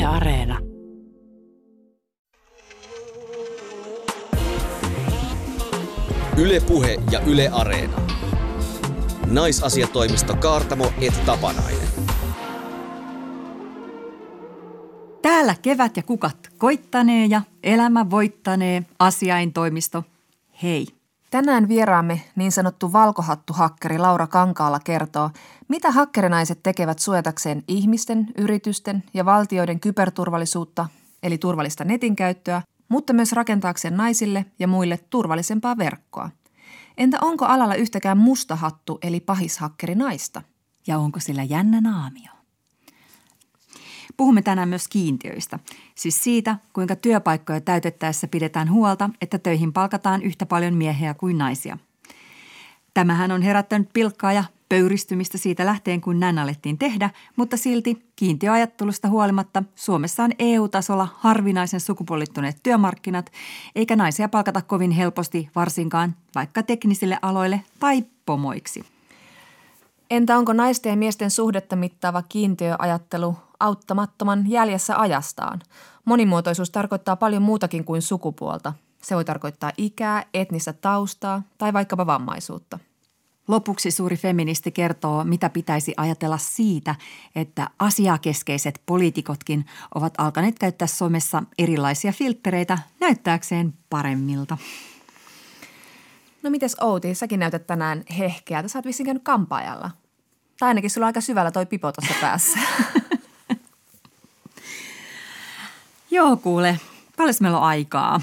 Areena. Yle Puhe ja Yle Areena. Naisasiatoimisto Kaartamo et Tapanainen. Täällä kevät ja kukat koittanee ja elämä voittanee asiaintoimisto. Hei! Tänään vieraamme niin sanottu valkohattuhakkeri Laura Kankaala kertoo, mitä hakkerinaiset tekevät suojatakseen ihmisten, yritysten ja valtioiden kyberturvallisuutta, eli turvallista netin käyttöä, mutta myös rakentaakseen naisille ja muille turvallisempaa verkkoa. Entä onko alalla yhtäkään mustahattu eli pahishakkeri naista? Ja onko sillä jännä naamio? Puhumme tänään myös kiintiöistä, siis siitä, kuinka työpaikkoja täytettäessä pidetään huolta, että töihin palkataan yhtä paljon miehiä kuin naisia. Tämähän on herättänyt pilkkaa ja pöyristymistä siitä lähtien, kun näin alettiin tehdä, mutta silti kiintiöajattelusta huolimatta Suomessa on EU-tasolla harvinaisen sukupuolittuneet työmarkkinat, eikä naisia palkata kovin helposti varsinkaan vaikka teknisille aloille tai pomoiksi. Entä onko naisten ja miesten suhdetta mittaava kiintiöajattelu auttamattoman jäljessä ajastaan? Monimuotoisuus tarkoittaa paljon muutakin kuin sukupuolta. Se voi tarkoittaa ikää, etnistä taustaa tai vaikkapa vammaisuutta. Lopuksi suuri feministi kertoo, mitä pitäisi ajatella siitä, että asiakeskeiset poliitikotkin ovat alkaneet käyttää somessa erilaisia filttereitä näyttääkseen paremmilta. No mites Outi, säkin näytät tänään hehkeältä. Sä oot vissiin käynyt kampaajalla. Tai ainakin sulla on aika syvällä toi pipo tuossa päässä. Joo kuule, paljon meillä on aikaa.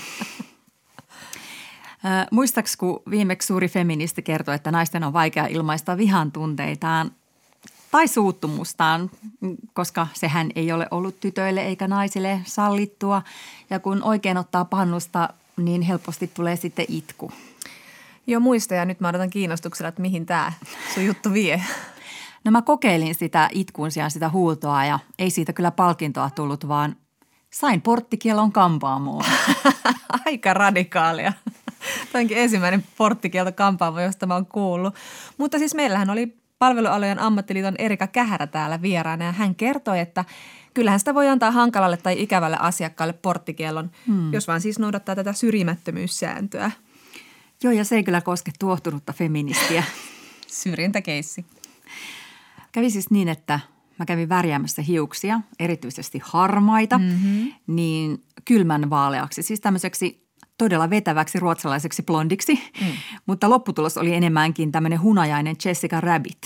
Muistaaks, kun viimeksi suuri feministi kertoi, että naisten on vaikea ilmaista vihan tunteitaan tai suuttumustaan, koska sehän ei ole ollut tytöille eikä naisille sallittua. Ja kun oikein ottaa pannusta, niin helposti tulee sitten itku. Joo muista ja nyt mä odotan kiinnostuksella, että mihin tää sun juttu vie. No mä kokeilin sitä itkun sijaan sitä huutoa ja ei siitä kyllä palkintoa tullut, vaan sain porttikielon kampaamoon. Aika radikaalia. Tämä onkin ensimmäinen porttikielto kampaamo, josta mä oon kuullut. Mutta siis meillähän oli Palvelualojen ammattiliiton Erika Kähärä täällä vieraana ja hän kertoi, että kyllähän sitä voi antaa hankalalle tai ikävälle asiakkaalle porttikielon, jos vaan siis noudattaa tätä syrjimättömyyssääntöä. Joo ja se ei kyllä koske tuohtunutta feministiä. Syrjintäkeissi. Kävi siis niin, että mä kävin värjäämässä hiuksia, erityisesti harmaita, niin kylmän vaaleaksi, siis tämmöiseksi todella vetäväksi ruotsalaiseksi blondiksi, mutta lopputulos oli enemmänkin tämmöinen hunajainen Jessica Rabbit.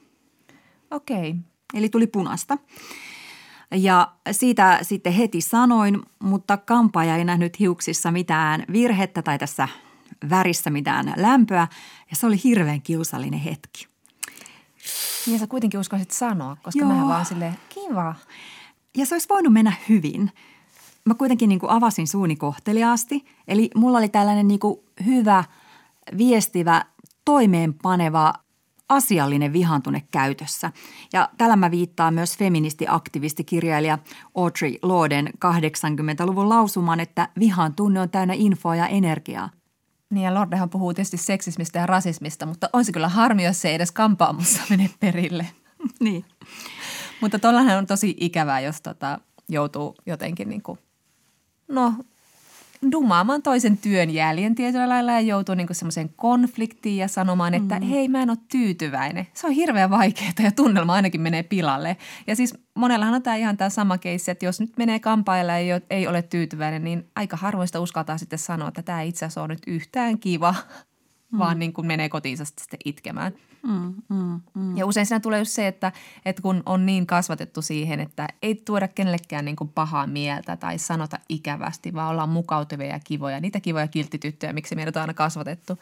Okei. Eli tuli punasta. Ja siitä sitten heti sanoin, mutta kampaaja ei nähnyt hiuksissa mitään virhettä tai tässä värissä mitään lämpöä ja se oli hirveän kiusallinen hetki. Ja sä kuitenkin uskallisit sanoa, koska mä vaan silleen kiva. Ja se olisi voinut mennä hyvin. Mä kuitenkin niin kuin avasin suuni kohteliaasti, eli mulla oli tällainen niin kuin hyvä, viestivä, toimeenpaneva, asiallinen vihantune käytössä. Ja tällä mä viittaan myös feministi-aktivistikirjailija Audre Lorden 80-luvun lausumaan, että vihan tunne on täynnä infoa ja energiaa. Niin ja Lordehan puhuu tietysti seksismistä ja rasismista, mutta on se kyllä harmi, jos se ei edes kampaamossa mene perille. Niin. Mutta tollahan on tosi ikävää, jos joutuu jotenkin niin kuin, dumaamaan toisen työn jäljen tietyllä lailla ja joutuu niin kuin semmoiseen konfliktiin ja sanomaan, että hei mä en ole tyytyväinen. Se on hirveän vaikeaa ja tunnelma ainakin menee pilalle. Ja siis monellahan on tämä sama keissi, että jos nyt menee kampaajalle ja ei ole tyytyväinen, niin aika harvoin sitä uskaltaa sitten sanoa, että tämä itse asiassa on nyt yhtään kiva, vaan niin kuin menee kotiinsa sitten itkemään. Ja usein siinä tulee just se, että kun on niin kasvatettu siihen, että ei tuoda kenellekään niin kuin pahaa mieltä tai sanota ikävästi, vaan ollaan mukautuvia ja kivoja. Niitä kivoja kilttityttöjä, miksi meidät on aina kasvatettu.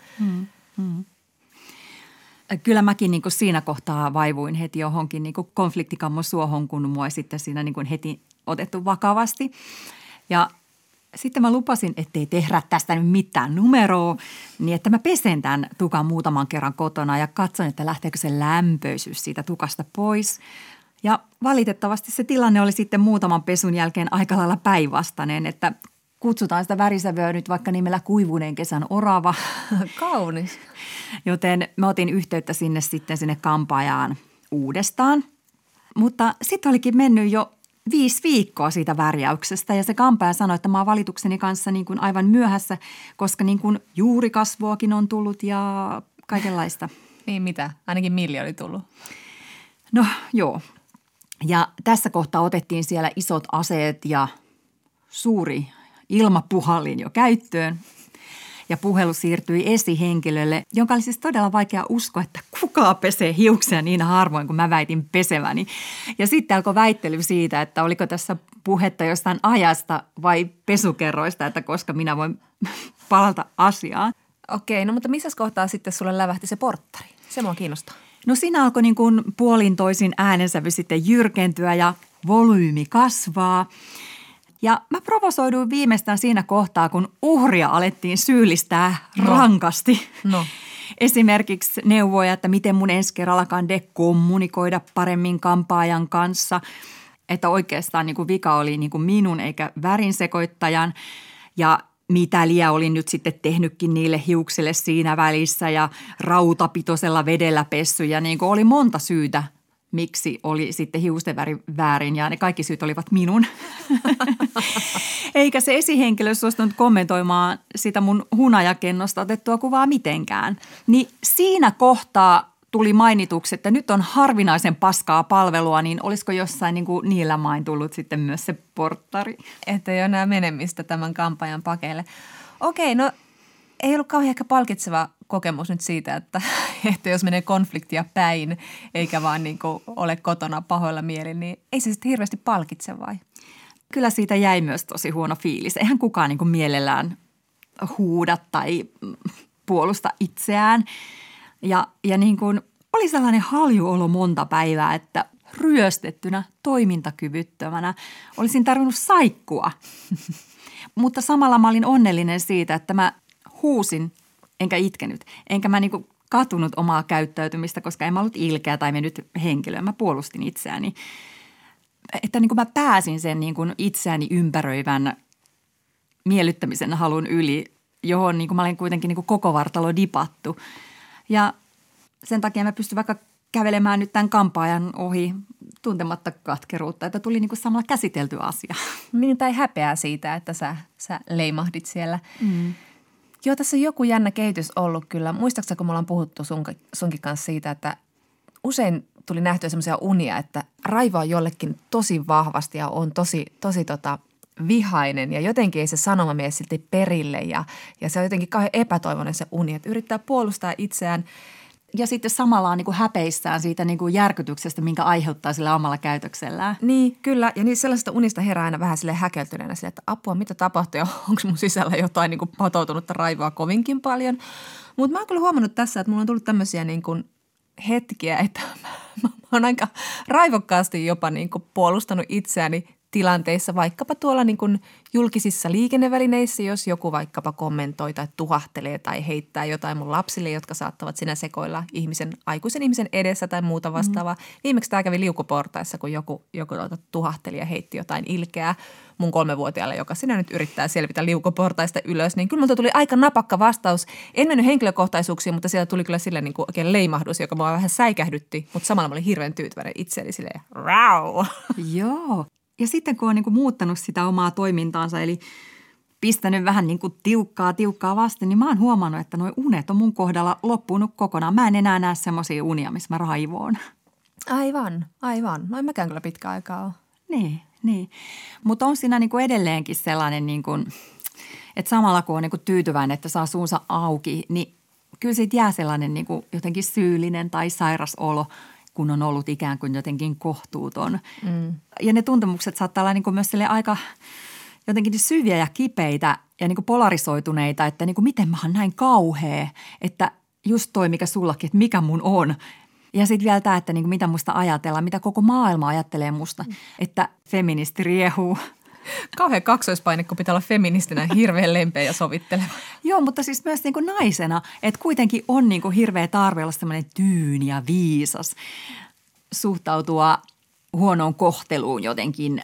Kyllä mäkin niin kuin siinä kohtaa vaivuin heti johonkin niin kuin konfliktikammon suohon, kun mua ei sitten siinä niin kuin heti otettu vakavasti. Ja sitten mä lupasin, ettei tehdä tästä nyt mitään numeroa, niin että mä pesen tämän tukan muutaman kerran kotona ja katson, että lähteekö se lämpöisyys siitä tukasta pois. Ja valitettavasti se tilanne oli sitten muutaman pesun jälkeen aika lailla päinvastainen, että kutsutaan sitä värisävyä nyt vaikka nimellä kuivuneen kesän orava. Kaunis. Joten mä otin yhteyttä sinne kampaajaan uudestaan. Mutta sitten olikin mennyt jo 5 viikkoa siitä värjäyksestä ja se kampaaja sanoi, että mä oon valitukseni kanssa niin kuin aivan myöhässä, koska niin kuin juurikasvuakin on tullut ja kaikenlaista. Niin mitä? Ainakin Milli oli tullut. No joo. Ja tässä kohtaa otettiin siellä isot aseet ja suuri ilmapuhallin jo käyttöön. Ja puhelu siirtyi esihenkilölle, jonka oli siis todella vaikea uskoa, että kuka pesee hiuksia niin harvoin kuin mä väitin peseväni. Ja sitten alkoi väittely siitä, että oliko tässä puhetta jostain ajasta vai pesukerroista, että koska minä voin palata asiaan. Okei, no mutta missä kohtaa sitten sulle lävähti se porttari? Se mua kiinnostaa. No siinä alkoi niin kuin puolin toisin äänensävy sitten jyrkentyä ja volyymi kasvaa. Ja mä provosoiduin viimeistään siinä kohtaa, kun uhria alettiin syyllistää rankasti. No. Esimerkiksi neuvoja, että miten mun ensi kerrallakaan kommunikoida paremmin kampaajan kanssa. Että oikeastaan niin kuin vika oli niin kuin minun eikä värinsekoittajan. Ja mitä liian olin nyt sitten tehnytkin niille hiuksille siinä välissä ja rautapitoisella vedellä pessy. Ja niin kuin oli monta syytä, miksi oli sitten hiusten väri väärin ja ne kaikki syyt olivat minun. Eikä se esihenkilö suostunut kommentoimaan sitä mun hunajakennosta otettua kuvaa mitenkään. Niin siinä kohtaa tuli mainituksi, että nyt on harvinaisen paskaa palvelua, niin olisiko jossain niin kuin niillä main tullut sitten myös se porttari? Että ei ole enää menemistä tämän kampanjan pakeille. Okei, no ei ollut kauhean ehkä palkitseva kokemus nyt siitä, että jos menee konfliktia päin eikä vaan niin kuin ole kotona pahoilla mielin, niin ei se sitten hirveästi palkitse vai? Kyllä siitä jäi myös tosi huono fiilis. Eihän kukaan niin kuin mielellään huuda tai puolusta itseään. Ja niin kuin oli sellainen haljuolo monta päivää, että ryöstettynä, toimintakyvyttömänä olisin tarvinnut saikkua. Mutta samalla mä olin onnellinen siitä, että mä huusin enkä itkenyt. Enkä mä niinku katunut omaa käyttäytymistä, koska en mä ollut ilkeä tai mennyt henkilöön. Mä puolustin itseäni. Että niinku mä pääsin sen niinku itseäni ympäröivän miellyttämisen halun yli, johon niinku mä olin kuitenkin niinku koko vartalo dipattu. Ja sen takia mä pystyn vaikka kävelemään nyt tämän kampaajan ohi tuntematta katkeruutta, että tuli niinku samalla käsitelty asia. Niin, tai häpeää siitä, että sä leimahdit siellä. Joo, tässä on joku jännä kehitys ollut kyllä. Muistaakseni, kun me ollaan puhuttu sunkin kanssa siitä, että usein tuli nähtyä semmoisia unia, että raivoaa jollekin tosi vahvasti ja on tosi vihainen ja jotenkin ei se sanoma mene silti perille ja se on jotenkin kauhean epätoivoinen se uni, että yrittää puolustaa itseään. Ja sitten samalla on niin kuin häpeissään siitä niin kuin järkytyksestä, minkä aiheuttaa sillä omalla käytöksellään. Niin, kyllä. Ja niin sellaisesta unista herää aina vähän sille häkeltyneenä sille, että apua, mitä tapahtuu ja onko mun sisällä jotain niin kuin patoutunutta raivoa kovinkin paljon. Mutta mä oon kyllä huomannut tässä, että mulla on tullut tämmöisiä niin kuin hetkiä, että mä oon aika raivokkaasti jopa niin kuin puolustanut itseäni tilanteissa, vaikkapa tuolla niin kuin julkisissa liikennevälineissä, jos joku vaikkapa kommentoi tai tuhahtelee tai heittää jotain mun lapsille, jotka saattavat siinä sekoilla aikuisen ihmisen edessä tai muuta vastaavaa. Viimeksi tämä kävi liukuportaissa, kun joku tuhahteli ja heitti jotain ilkeää mun 3-vuotiaalle, joka sinä nyt yrittää selvitä liukuportaista ylös. Niin kyllä multa tuli aika napakka vastaus. En mennyt henkilökohtaisuuksiin, mutta siellä tuli kyllä sillä niin kuin oikein leimahdus, joka mua vähän säikähdytti, mutta samalla mä olin hirveän tyytyväinen itseäni silleen rau. Joo. Ja sitten kun on niin kuin muuttanut sitä omaa toimintaansa, eli pistänyt vähän niin kuin tiukkaa vasten, niin mä oon huomannut, että nuo unet on mun kohdalla loppunut kokonaan. Mä en enää näe semmoisia unia, missä mä raivoon. Aivan. No en mäkään kyllä pitkä aikaa ole. Niin. Mutta on siinä niin kuin edelleenkin sellainen, niin kuin, että samalla kun on niin kuin tyytyväinen, että saa suunsa auki, niin kyllä siitä jää sellainen niin kuin jotenkin syyllinen tai sairas olo, kun on ollut ikään kuin jotenkin kohtuuton. Ja ne tuntemukset saattaa olla niin kuin myös aika jotenkin syviä ja kipeitä ja niin kuin polarisoituneita, että niin kuin miten mä oon näin kauhea, että just toi mikä sullakin, että mikä mun on. Ja sitten vielä tämä, että niin kuin mitä musta ajatellaan, mitä koko maailma ajattelee musta, että feministi riehuu. Kauhean kaksoispaine, kun pitää olla feministinä hirveän lempeä ja sovitteleva. Joo, mutta siis myös niin kuin naisena, että kuitenkin on niin kuin hirveä tarve olla semmoinen tyyni ja viisas, suhtautua huonoon kohteluun jotenkin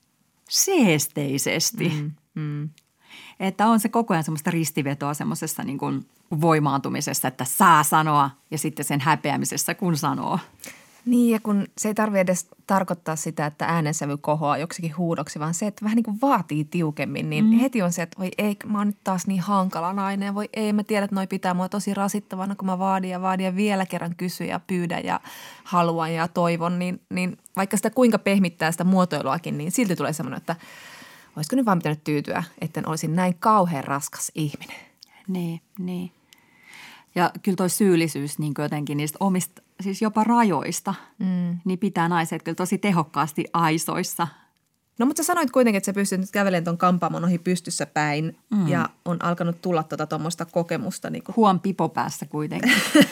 seesteisesti. Että on se koko ajan semmoista ristivetoa semmoisessa niin kuin voimaantumisessa, että saa sanoa ja sitten sen häpeämisessä, kun sanoo. Niin, ja kun se ei tarvitse edes tarkoittaa sitä, että äänensävy kohoaa joksikin huudoksi, vaan se, että vähän niin kuin vaatii tiukemmin, niin heti on se, että voi ei, mä oon nyt taas niin hankala nainen, voi ei, mä tiedän, että noi pitää mua tosi rasittavana, kun mä vaadin ja vielä kerran kysyn ja pyydän ja haluan ja toivon, niin vaikka sitä kuinka pehmittää sitä muotoiluakin, niin silti tulee semmoinen, että olisiko nyt vaan pitänyt tyytyä, etten olisi näin kauhean raskas ihminen. Niin. Ja kyllä toi syyllisyys niin jotenkin niistä omista, siis jopa rajoista, niin pitää naiset kyllä tosi tehokkaasti aisoissa. No mutta sä sanoit kuitenkin, että sä pystyt nyt kävelemään ton kampaamon ohi pystyssä päin ja on alkanut tulla tuommoista kokemusta. Niin Huom pipo päässä kuitenkin.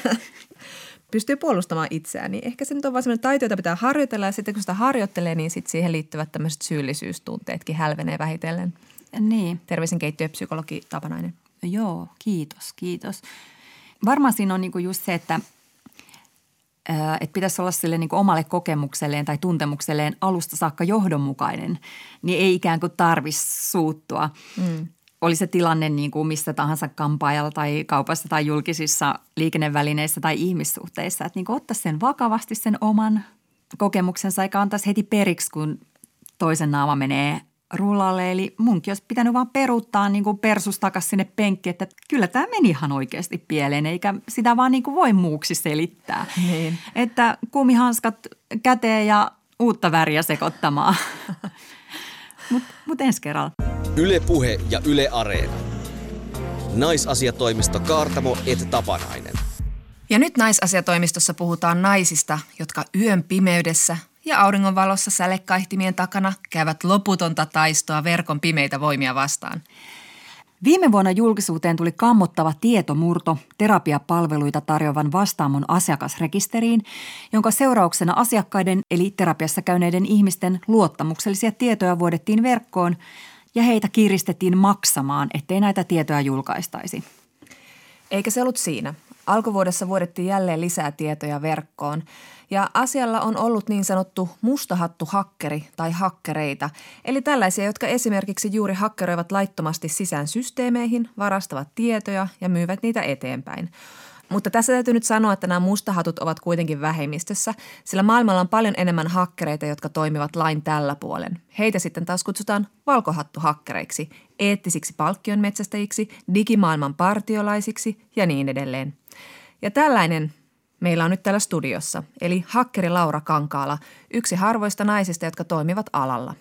Pystyy puolustamaan itseään, niin ehkä se nyt on vaan sellainen taito, jota pitää harjoitella ja sitten kun sitä harjoittelee, niin sitten siihen liittyvät tämmöiset syyllisyystunteetkin hälvenee vähitellen. Niin. Terveisin keittiöpsykologi Tapanainen. Joo, kiitos. Varmaan siinä on niinku just se, että pitäisi olla sille niinku omalle kokemukselleen tai tuntemukselleen alusta saakka johdonmukainen, niin ei ikään kuin tarvitsisi suuttua. Oli se tilanne niin kuin missä tahansa kampaajalla tai kaupassa tai julkisissa liikennevälineissä tai ihmissuhteissa. Että niin kuin ottaisi sen vakavasti sen oman kokemuksensa eikä antaisi heti periksi, kun toisen naama menee rullalle. Eli munkin olisi pitänyt vaan peruuttaa niin kuin persus takaisin sinne penkkiin, että kyllä tämä meni ihan oikeasti pieleen eikä sitä vaan niin kuin voi muuksi selittää. Niin. Että kumihanskat käteen ja uutta väriä sekoittamaan. Mut ensi kerralla. Yle Puhe ja Yle Areena. Naisasiatoimisto Kaartamo et Tapanainen. Ja nyt naisasiatoimistossa puhutaan naisista, jotka yön pimeydessä ja auringonvalossa sälekaihtimien takana käyvät loputonta taistoa verkon pimeitä voimia vastaan. Viime vuonna julkisuuteen tuli kammottava tietomurto terapiapalveluita tarjoavan Vastaamon asiakasrekisteriin, jonka seurauksena asiakkaiden eli terapiassa käyneiden ihmisten luottamuksellisia tietoja vuodettiin verkkoon ja heitä kiristettiin maksamaan, ettei näitä tietoja julkaistaisi. Eikä se ollut siinä. Alkuvuodessa vuodettiin jälleen lisää tietoja verkkoon ja asialla on ollut niin sanottu mustahattu hakkeri tai hakkereita, eli tällaisia, jotka esimerkiksi juuri hakkeroivat laittomasti sisään systeemeihin, varastavat tietoja ja myyvät niitä eteenpäin. Mutta tässä täytyy nyt sanoa, että nämä mustahatut ovat kuitenkin vähemmistössä, sillä maailmalla on paljon enemmän hakkereita, jotka toimivat lain tällä puolen. Heitä sitten taas kutsutaan valkohattuhakkereiksi, eettisiksi palkkionmetsästäjiksi, digimaailman partiolaisiksi ja niin edelleen. Ja tällainen meillä on nyt täällä studiossa, eli hakkeri Laura Kankaala, yksi harvoista naisista, jotka toimivat alalla.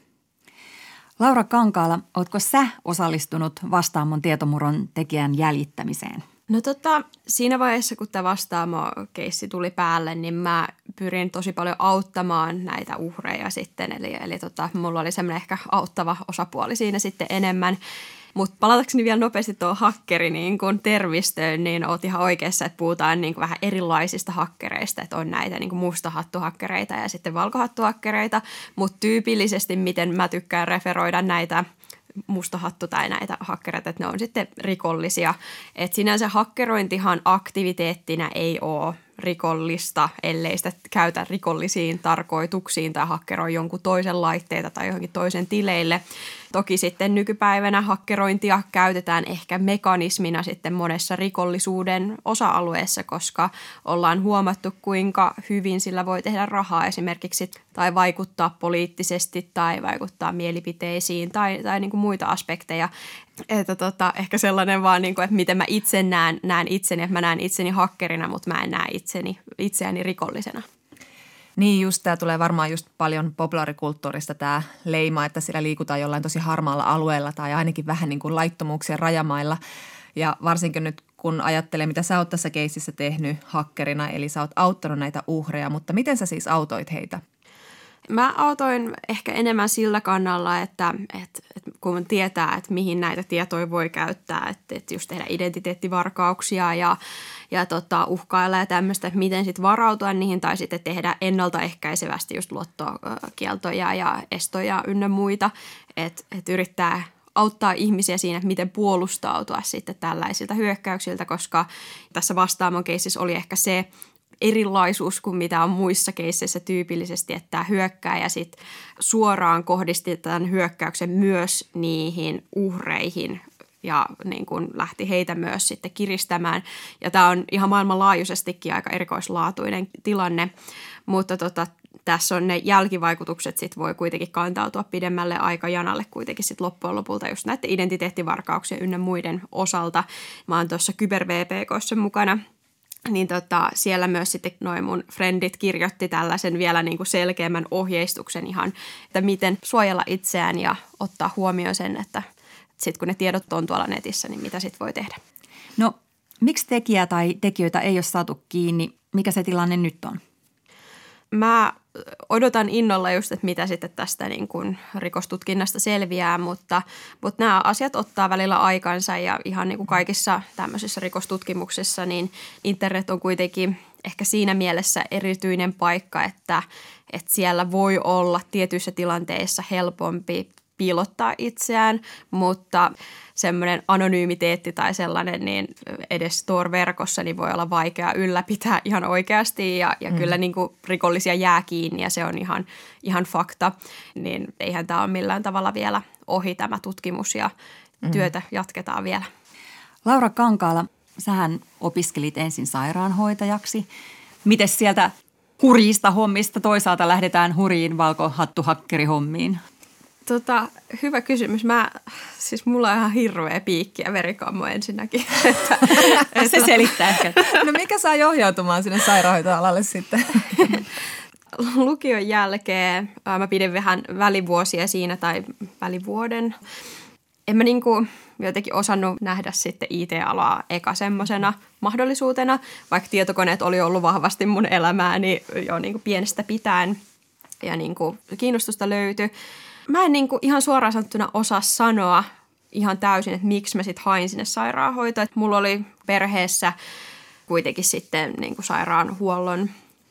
Laura Kankaala, ootko sä osallistunut Vastaamon tietomurron tekijän jäljittämiseen? No siinä vaiheessa, kun tämä Vastaamo-keissi tuli päälle, niin mä pyrin tosi paljon auttamaan näitä uhreja sitten. Eli mulla oli semmoinen ehkä auttava osapuoli siinä sitten enemmän. Mutta palatakseni vielä nopeasti tuohon hakkeri niin kun termistöön, niin oot ihan oikeassa, että puhutaan niin kun vähän erilaisista hakkereista. Että on näitä niin kun mustahattuhakkereita ja sitten valkohattuhakkereita, mutta tyypillisesti miten mä tykkään referoida näitä mustahattu tai näitä hakkereita, että ne on sitten rikollisia. Että sinänsä hakkerointihan aktiviteettina ei ole rikollista, ellei sitä käytä rikollisiin tarkoituksiin tai hakkeroi jonkun toisen laitteita tai johonkin toisen tileille. Toki sitten nykypäivänä hakkerointia käytetään ehkä mekanismina sitten monessa rikollisuuden osa-alueessa, koska ollaan huomattu, kuinka hyvin sillä voi tehdä rahaa esimerkiksi tai vaikuttaa poliittisesti tai vaikuttaa mielipiteisiin tai niin kuin muita aspekteja. Että ehkä sellainen vaan, niin kuin, että miten mä itse näen itseni, että mä näen itseni hakkerina, mutta mä en näe itseäni rikollisena. Niin just tämä tulee varmaan just paljon populaarikulttuurista tämä leima, että siellä liikutaan jollain tosi harmaalla alueella tai ainakin vähän niin kuin laittomuuksien rajamailla. Ja varsinkin nyt kun ajattelee, mitä sä oot tässä keississä tehnyt hakkerina, eli sä oot auttanut näitä uhreja, mutta miten sä siis autoit heitä? Mä autoin ehkä enemmän sillä kannalla, että kun tietää, että mihin näitä tietoja voi käyttää, että just tehdä identiteettivarkauksia ja uhkailla ja tämmöistä, että miten sitten varautua niihin tai sitten tehdä ennaltaehkäisevästi just luottokieltoja ja estoja ynnä muita, että yrittää auttaa ihmisiä siinä, että miten puolustautua sitten tällaisilta hyökkäyksiltä, koska tässä Vastaamon keississä oli ehkä se erilaisuus kuin mitä on muissa keisseissä tyypillisesti, että tämä hyökkääjä sitten suoraan kohdisti tämän hyökkäyksen myös niihin uhreihin, ja niin kuin lähti heitä myös sitten kiristämään. Ja tämä on ihan maailmanlaajuisestikin aika erikoislaatuinen tilanne, mutta tässä on ne jälkivaikutukset sit voi kuitenkin kantautua pidemmälle aikajanalle kuitenkin sit loppujen lopulta just näiden identiteettivarkauksien ynnä muiden osalta. Mä oon tuossa Kyber-VPK:ssa mukana, niin siellä myös sitten noin mun friendit kirjoitti tällaisen vielä niin kuin selkeämmän ohjeistuksen ihan, että miten suojella itseään ja ottaa huomioon sen, että sitten kun ne tiedot on tuolla netissä, niin mitä sitten voi tehdä. No, miksi tekijä tai tekijöitä ei ole saatu kiinni? Mikä se tilanne nyt on? Mä odotan innolla just, että mitä sitten tästä niin kuin rikostutkinnasta selviää, mutta nämä asiat ottaa välillä aikansa ja ihan niin kuin kaikissa tämmöisissä rikostutkimuksissa, niin internet on kuitenkin ehkä siinä mielessä erityinen paikka, että siellä voi olla tietyissä tilanteissa helpompi piilottaa itseään, mutta semmoinen anonyymiteetti tai sellainen, niin edes Tor-verkossa niin voi olla vaikea ylläpitää ihan oikeasti ja kyllä niin kuin rikollisia jää kiinni ja se on ihan fakta, niin eihän tämä ole millään tavalla vielä ohi tämä tutkimus ja työtä jatketaan vielä. Laura Kankaala, sähän opiskelit ensin sairaanhoitajaksi. Miten sieltä hurjista hommista toisaalta lähdetään hurjiin valkohattuhakkerihommiin? Hyvä kysymys. Mulla on ihan hirveä piikki ja verikammo ensinnäkin. Se selittää ehkä. No mikä saa ohjautumaan sinne sairaanhoitoalalle sitten? Lukion jälkeen mä pidin vähän välivuosia siinä tai välivuoden. En mä niinku jotenkin osannut nähdä sitten IT-alaa eka semmoisena mahdollisuutena, vaikka tietokoneet oli ollut vahvasti mun elämääni jo niinku pienestä pitäen ja niinku kiinnostusta löytyi. Mä en niinku ihan suoraan sanottuna osaa sanoa ihan täysin, että miksi mä sitten hain sinne sairaanhoitoon. Mulla oli perheessä kuitenkin sitten niinku sairaanhuollon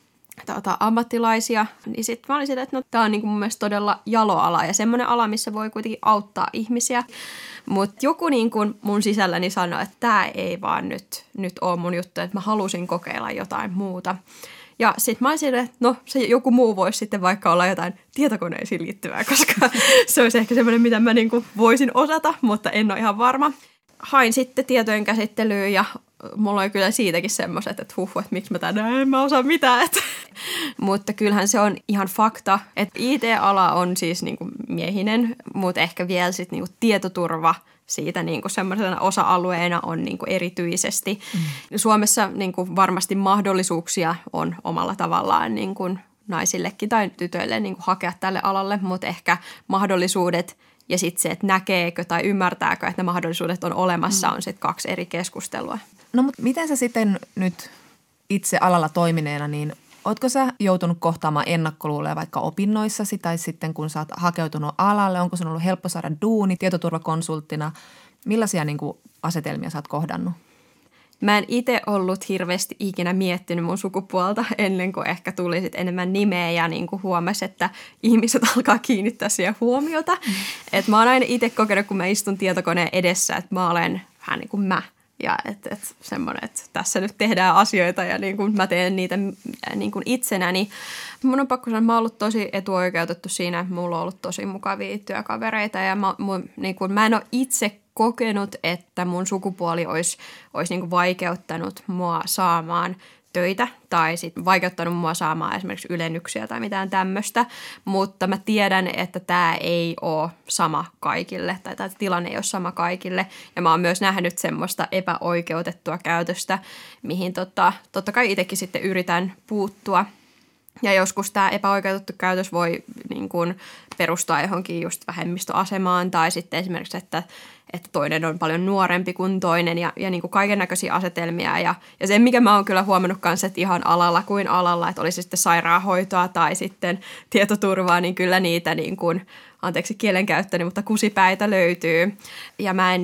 ammattilaisia, niin sitten mä olin sitä, että tää on niinku mun mielestä todella jalo ala ja semmoinen ala, missä voi kuitenkin auttaa ihmisiä. Mutta joku niinku mun sisälläni sanoi, että tää ei vaan nyt ole mun juttu, että mä halusin kokeilla jotain muuta. Ja sitten mä olisin, että se joku muu voisi sitten vaikka olla jotain tietokoneisiin liittyvää, koska se olisi ehkä semmoinen, mitä mä niinku voisin osata, mutta en ole ihan varma. Hain sitten tietojen käsittelyyn ja mulla oli kyllä siitäkin semmoiset, että että miksi mä en mä osaa mitään. Mutta kyllähän se on ihan fakta, että IT-ala on siis niinku miehinen, mutta ehkä vielä sitten niinku tietoturva siitä niinku semmoisena osa-alueena on niinku erityisesti. Suomessa niinku varmasti mahdollisuuksia on omalla tavallaan niinku naisillekin tai tytöille niinku hakea tälle alalle, mutta ehkä mahdollisuudet ja sitten se, että näkeekö tai ymmärtääkö, että ne mahdollisuudet on olemassa, on sitten kaksi eri keskustelua. No mutta miten sä sitten nyt itse alalla toimineena, niin ootko sä joutunut kohtaamaan ennakkoluuloja vaikka opinnoissasi tai sitten kun sä oot hakeutunut alalle? Onko sun ollut helppo saada duuni tietoturvakonsulttina? Millaisia niin kuin asetelmia sä oot kohdannut? Mä en itse ollut hirveästi ikinä miettinyt mun sukupuolta ennen kuin ehkä tuli sit enemmän nimeä ja niin kuin huomasi, että ihmiset alkaa kiinnittää siihen huomiota. Et mä oon aina itse kokenut, kun mä istun tietokoneen edessä, että mä olen vähän niin kuin mä. Ja että semmoinen, että tässä nyt tehdään asioita ja niin kuin mä teen niitä niin kuin itsenäni. Mun on pakko sanoa, että mä oon ollut tosi etuoikeutettu siinä, että mulla on ollut tosi mukavia työkavereita ja mä en ole itse kokenut, että mun sukupuoli olisi niin kuin vaikeuttanut mua saamaan töitä tai sitten vaikeuttanut mua saamaan esimerkiksi ylennyksiä tai mitään tämmöistä, mutta mä tiedän, että tämä ei ole sama kaikille tai tämä tilanne ei ole sama kaikille ja mä oon myös nähnyt semmoista epäoikeutettua käytöstä, mihin totta kai itsekin sitten yritän puuttua. Ja joskus tämä epäoikeutettu käytös voi niin kuin perustua johonkin just vähemmistöasemaan tai sitten esimerkiksi, että toinen on paljon nuorempi kuin toinen ja niin kuin kaikennäköisiä asetelmia. Ja se, mikä mä oon kyllä huomannut kanssa, että ihan alalla kuin alalla, että olisi sitten sairaanhoitoa tai sitten tietoturvaa, niin kyllä niitä niin kuin, anteeksi kielenkäyttöni, mutta kusipäitä löytyy. Ja mä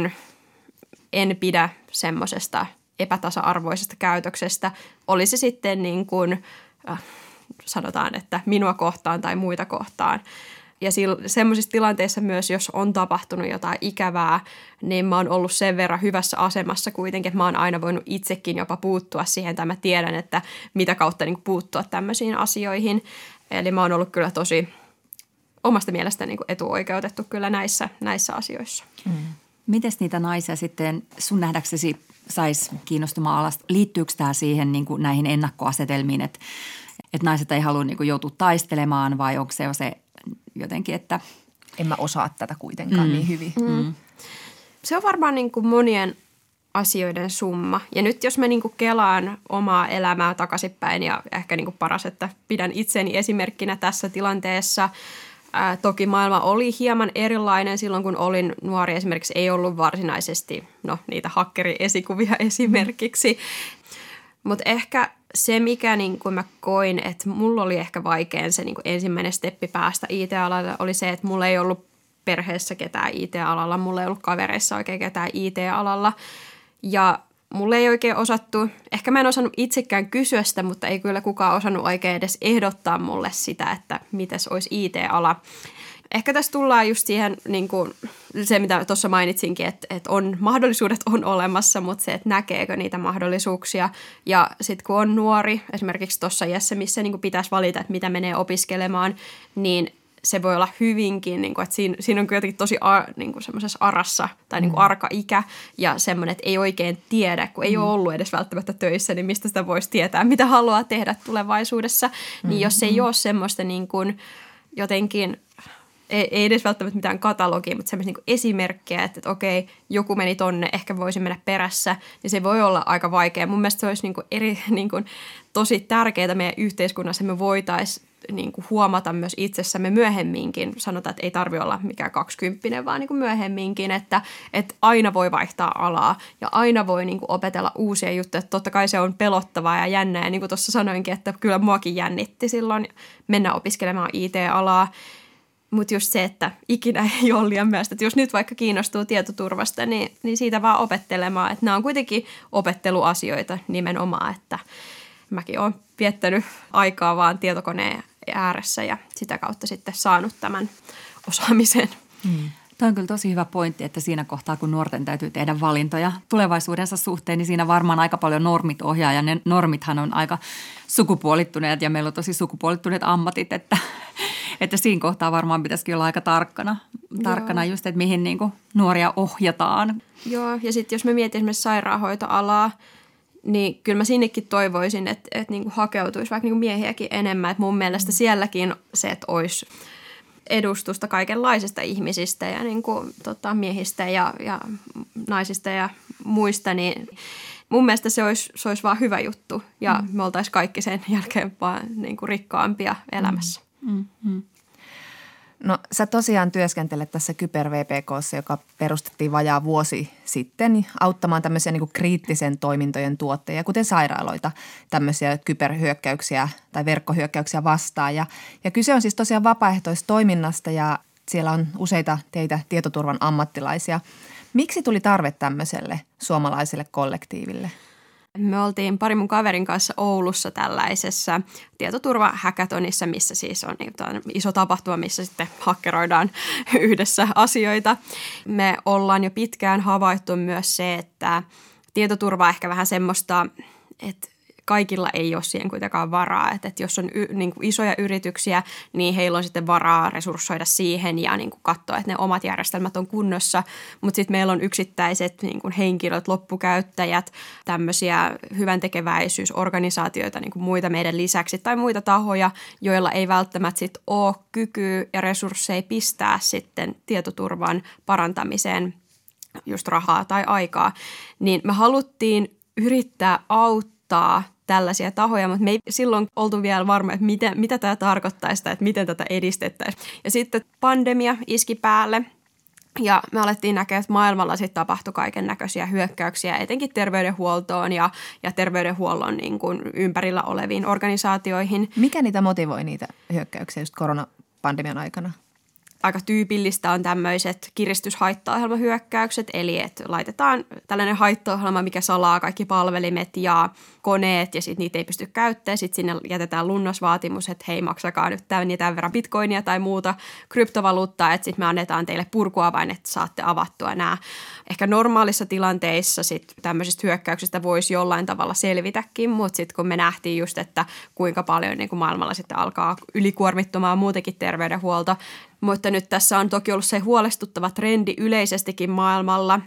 en pidä semmoisesta epätasa-arvoisesta käytöksestä. Olisi sitten niin kuin sanotaan, että minua kohtaan tai muita kohtaan. Ja semmoisissa tilanteissa myös, jos on tapahtunut jotain ikävää, niin mä oon ollut sen verran hyvässä asemassa kuitenkin, että mä oon aina voinut itsekin jopa puuttua siihen, tai mä tiedän, että mitä kautta niin puuttua tämmöisiin asioihin. Eli mä oon ollut kyllä tosi omasta mielestäni niin etuoikeutettu kyllä näissä asioissa. Mites niitä naisia sitten sun nähdäksesi saisi kiinnostumaan alasta? Liittyykö tämä siihen niin kuin näihin ennakkoasetelmiin, että naiset ei halua niin kuin joutua taistelemaan vai onko se jo se jotenkin, että en mä osaa tätä kuitenkaan niin hyvin. Se on varmaan niin kuin monien asioiden summa. Ja nyt jos mä niin kuin kelaan omaa elämää takaisinpäin ja ehkä niin kuin paras, että pidän itseni esimerkkinä tässä tilanteessa. Toki maailma oli hieman erilainen silloin, kun olin nuori. Esimerkiksi ei ollut varsinaisesti niitä hakkeri-esikuvia esimerkiksi. Mutta ehkä se, mikä niin kuin mä koin, että mulla oli ehkä vaikein se niin kuin ensimmäinen steppi päästä IT-alalle, oli se, että mulla ei ollut perheessä ketään IT-alalla. Mulla ei ollut kavereissa oikein ketään IT-alalla. Ja mulla ei oikein osattu, ehkä mä en osannut itsekään kysyä sitä, mutta ei kyllä kukaan osannut oikein edes ehdottaa mulle sitä, että mitäs olisi IT-ala. Ehkä tässä tullaan just siihen, niin kuin se mitä tuossa mainitsinkin, että mahdollisuudet on olemassa, mutta se, että näkeekö niitä mahdollisuuksia. Ja sitten kun on nuori, esimerkiksi tuossa iässä, missä niin kuin pitäisi valita, että mitä menee opiskelemaan, niin se voi olla hyvinkin, niin kuin, että siinä on jotenkin tosi niin kuin semmoisessa arassa tai niin kuin arka-ikä ja semmoinen, että ei oikein tiedä, kun ei ole ollut edes välttämättä töissä, niin mistä sitä voisi tietää, mitä haluaa tehdä tulevaisuudessa. Niin jos ei ole semmoista niin kuin jotenkin, ei edes välttämättä mitään katalogia, mutta semmoista niin kuin esimerkkejä, että okei, joku meni tonne, ehkä voisi mennä perässä, niin se voi olla aika vaikea. Mun mielestä se olisi niin kuin tosi tärkeää meidän yhteiskunnassa, että me voitaisiin niin kuin huomata myös itsessämme myöhemminkin. Sanotaan, että ei tarvitse olla mikään 20, vaan niin kuin myöhemminkin, että aina voi vaihtaa alaa ja aina voi niin kuin opetella uusia juttuja. Että totta kai se on pelottavaa ja jännää. Ja niin kuin tuossa sanoinkin, että kyllä muakin jännitti silloin mennä opiskelemaan IT-alaa. Mutta just se, että ikinä ei ole liian myöhäistä. Että jos nyt vaikka kiinnostuu tietoturvasta, niin siitä vaan opettelemaan. Että nämä on kuitenkin opetteluasioita nimenomaan, että mäkin olen viettänyt aikaa vaan tietokoneen ääressä ja sitä kautta sitten saanut tämän osaamisen. Tämä on kyllä tosi hyvä pointti, että siinä kohtaa, kun nuorten täytyy tehdä valintoja tulevaisuudensa suhteen, niin siinä varmaan aika paljon normit ohjaa ja ne normithan on aika sukupuolittuneet ja meillä on tosi sukupuolittuneet ammatit, että siinä kohtaa varmaan pitäisikin olla aika tarkkana just, että mihin niin kuin nuoria ohjataan. Joo, ja sitten jos me mietin esimerkiksi sairaanhoitoalaa, niin kyllä mä sinnekin toivoisin, että niin kuin hakeutuisi vaikka niin kuin miehiäkin enemmän. Että mun mielestä sielläkin se, että olisi edustusta kaikenlaisista ihmisistä ja niin kuin, miehistä ja naisista ja muista, niin mun mielestä se olisi vaan hyvä juttu. Ja me oltaisiin kaikki sen jälkeen vaan niin kuin rikkaampia elämässä. No sä tosiaan työskentelet tässä Kyber-VPK:ssa, joka perustettiin vajaa vuosi sitten auttamaan tämmöisiä niin kuin kriittisen toimintojen tuottajia, kuten sairaaloita, tämmöisiä kyberhyökkäyksiä tai verkkohyökkäyksiä vastaan. Ja kyse on siis tosiaan vapaaehtoistoiminnasta ja siellä on useita teitä tietoturvan ammattilaisia. Miksi tuli tarve tämmöiselle suomalaiselle kollektiiville? Me oltiin pari mun kaverin kanssa Oulussa tällaisessa tietoturvahackathonissa, missä siis on iso tapahtuma, missä sitten hakkeroidaan yhdessä asioita. Me ollaan jo pitkään havaittu myös se, että tietoturva on ehkä vähän semmoista, että kaikilla ei ole siihen kuitenkaan varaa. Että jos on niin kuin isoja yrityksiä, niin heillä on sitten varaa resurssoida siihen ja niin kuin katsoa, että ne omat järjestelmät on kunnossa. Mutta sitten meillä on yksittäiset niin kuin henkilöt, loppukäyttäjät, tämmöisiä hyväntekeväisyysorganisaatioita, niin kuin muita meidän lisäksi tai muita tahoja, joilla ei välttämättä sit ole kykyä ja resursseja pistää sitten tietoturvan parantamiseen just rahaa tai aikaa. Niin me haluttiin yrittää auttaa tällaisia tahoja, mutta me ei silloin oltu vielä varma, että mitä tämä tarkoittaisi tai että miten tätä edistettäisiin. Ja sitten pandemia iski päälle ja me alettiin näkeä, että maailmalla sitten tapahtui kaiken näköisiä hyökkäyksiä, etenkin terveydenhuoltoon ja terveydenhuollon niin kuin ympärillä oleviin organisaatioihin. Mikä niitä motivoi niitä hyökkäyksiä just koronapandemian aikana? Aika tyypillistä on tämmöiset kiristyshaittaohjelmahyökkäykset, eli että laitetaan tällainen haittaohjelma, mikä salaa kaikki palvelimet ja koneet ja sitten niitä ei pysty käyttämään. Sitten sinne jätetään lunnasvaatimus, että hei, maksakaa nyt tämän ja tämän verran bitcoinia tai muuta kryptovaluuttaa, että sitten me annetaan teille purkuavain, että saatte avattua nämä. Ehkä normaalissa tilanteissa sitten tämmöisistä hyökkäyksistä voisi jollain tavalla selvitäkin, mutta sitten kun me nähtiin just, että kuinka paljon niin kuin maailmalla sitten alkaa ylikuormittumaan muutenkin terveydenhuolto, Mutta nyt tässä on toki ollut se huolestuttava trendi yleisestikin maailmalla,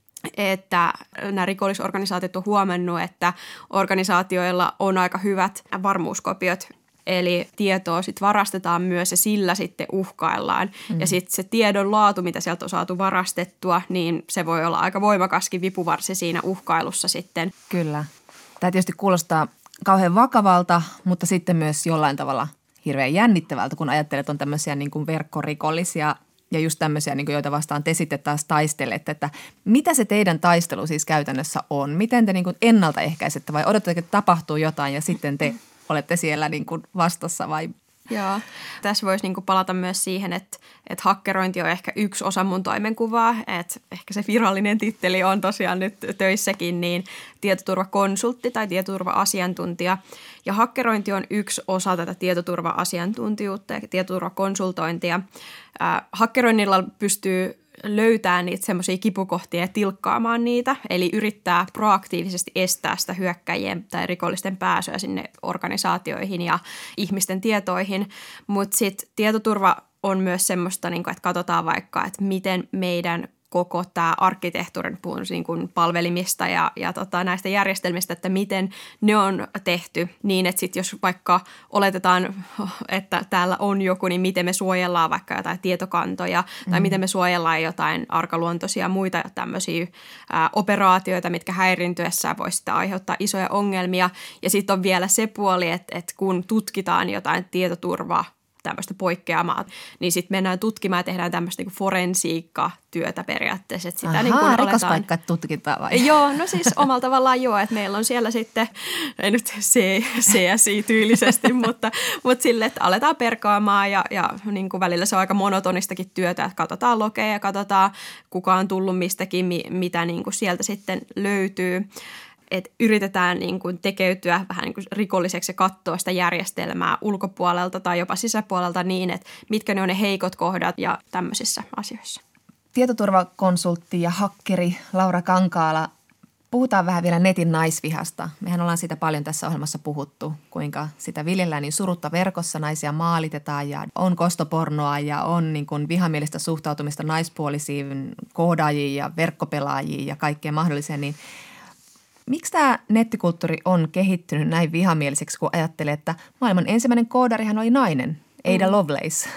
että nämä rikollisorganisaatiot on huomannut, että organisaatioilla on aika hyvät varmuuskopiot. Eli tietoa sitten varastetaan myös ja sillä sitten uhkaillaan. Ja sitten se tiedon laatu, mitä sieltä on saatu varastettua, niin se voi olla aika voimakaskin vipuvarsi siinä uhkailussa sitten. Kyllä. Tämä tietysti kuulostaa kauhean vakavalta, mutta sitten myös jollain tavalla hirveän jännittävältä, kun ajattelet, että on tämmöisiä niin kuin verkkorikollisia ja just tämmöisiä, niin kuin joita vastaan te sitten taas taistelette, että mitä se teidän taistelu siis käytännössä on? Miten te niin kuin ennaltaehkäisette vai odotatteko, että tapahtuu jotain ja sitten te olette siellä niin kuin vastassa vai? Joo. Tässä voisi niin kuin palata myös siihen, että hakkerointi on ehkä yksi osa mun toimenkuvaa, että ehkä se virallinen titteli on tosiaan nyt töissäkin, niin tietoturvakonsultti tai tietoturva-asiantuntija. Ja hakkerointi on yksi osa tätä tietoturva-asiantuntijuutta ja tietoturvakonsultointia. Hakkeroinnilla pystyy löytää niitä semmoisia kipukohtia ja tilkkaamaan niitä, eli yrittää proaktiivisesti estää sitä hyökkäjien tai rikollisten pääsyä sinne organisaatioihin ja ihmisten tietoihin, mutta sitten tietoturva on myös semmoista, että katsotaan vaikka, että miten meidän koko tämä arkkitehtuurin niin kuin palvelimista ja näistä järjestelmistä, että miten ne on tehty niin, että sitten jos vaikka oletetaan, että täällä on joku, niin miten me suojellaan vaikka jotain tietokantoja tai miten me suojellaan jotain arkaluontoisia muita tämmöisiä operaatioita, mitkä häirintyessään voi sitten aiheuttaa isoja ongelmia. Ja sitten on vielä se puoli, että kun tutkitaan jotain tietoturvaa, tämmöistä poikkeamaa, niin sitten mennään tutkimaan ja tehdään tämmöistä niin forensiikka-työtä periaatteessa. Että sitä Ahaa, niin rikospaikka, että tutkitaan vai? Joo, no siis omalla tavallaan joo, että meillä on siellä sitten, ei nyt CSI-tyylisesti, mutta silleen, että aletaan perkaamaan ja niin kuin välillä se on aika monotonistakin työtä, että katsotaan logeja ja katsotaan kuka on tullut mistäkin, mitä niin kuin sieltä sitten löytyy. Että yritetään niin kuin tekeytyä vähän niin kuin rikolliseksi ja katsoa sitä järjestelmää ulkopuolelta tai jopa sisäpuolelta niin, että mitkä ne on ne heikot kohdat ja tämmöisissä asioissa. Tietoturvakonsultti ja hakkeri Laura Kankaala, puhutaan vähän vielä netin naisvihasta. Mehän ollaan siitä paljon tässä ohjelmassa puhuttu, kuinka sitä viljellään niin surutta verkossa, naisia maalitetaan ja on kostopornoa ja on niin kuin vihamielistä suhtautumista naispuolisiin koodaajiin ja verkkopelaajiin ja kaikkeen mahdolliseen, niin miksi tämä nettikulttuuri on kehittynyt näin vihamieliseksi, kun ajattelee, että maailman ensimmäinen koodarihan oli nainen, Ada Lovelace?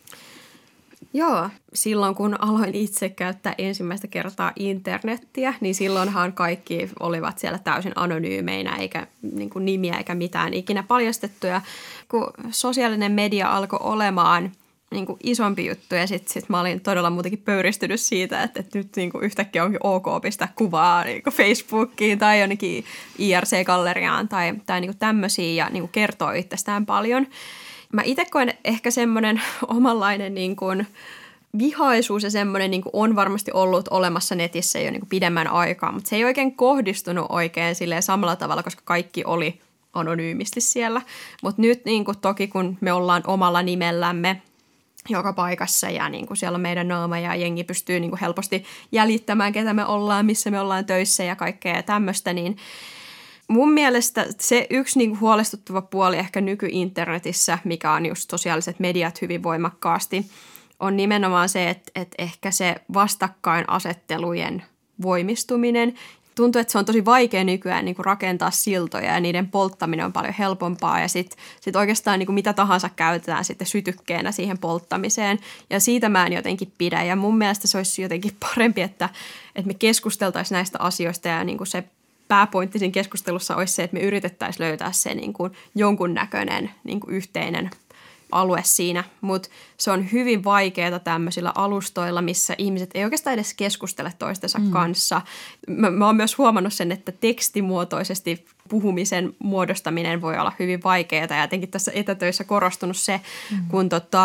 Joo, silloin kun aloin itse käyttää ensimmäistä kertaa internettiä, niin silloinhan kaikki olivat siellä täysin anonyymeinä, eikä niin kuin nimiä eikä mitään ikinä paljastettuja. Kun sosiaalinen media alkoi olemaan niin kuin isompi juttu ja sitten mä olin todella muutenkin pöyristynyt siitä, että nyt niin kuin yhtäkkiä onkin ok pistää kuvaa niin kuin Facebookiin tai jonnekin IRC-galleriaan tai niin kuin tämmöisiä ja niin kuin kertoo itsestään paljon. Mä itse koen ehkä semmoinen omanlainen niin kuin vihaisuus ja semmoinen niin kuin on varmasti ollut olemassa netissä jo niin kuin pidemmän aikaa, mutta se ei oikein kohdistunut oikein silleen samalla tavalla, koska kaikki oli anonyymisti siellä. Mutta nyt niin kuin toki kun me ollaan omalla nimellämme joka paikassa ja niin kuin siellä on meidän naama ja jengi pystyy niin kuin helposti jäljittämään, ketä me ollaan, missä me ollaan töissä ja kaikkea tämmöistä, niin mun mielestä se yksi niin kuin huolestuttava puoli ehkä nyky-internetissä, mikä on just sosiaaliset mediat hyvin voimakkaasti, on nimenomaan se, että ehkä se vastakkainasettelujen voimistuminen. Tuntuu, että se on tosi vaikea nykyään niin kuin rakentaa siltoja ja niiden polttaminen on paljon helpompaa ja sit oikeastaan niin kuin mitä tahansa käytetään sitten sytykkeenä siihen polttamiseen ja siitä mä en jotenkin pidä ja mun mielestä se olisi jotenkin parempi, että me keskusteltaisiin näistä asioista ja niin kuin se pääpointti siinä keskustelussa olisi se, että me yritettäisiin löytää se niin kuin jonkunnäköinen niin kuin yhteinen alue siinä, mutta se on hyvin vaikeaa tämmöisillä alustoilla, missä ihmiset ei oikeastaan edes keskustele toistensa kanssa. Mä oon myös huomannut sen, että tekstimuotoisesti puhumisen muodostaminen voi olla hyvin vaikeaa ja jotenkin tässä etätöissä korostunut se, kun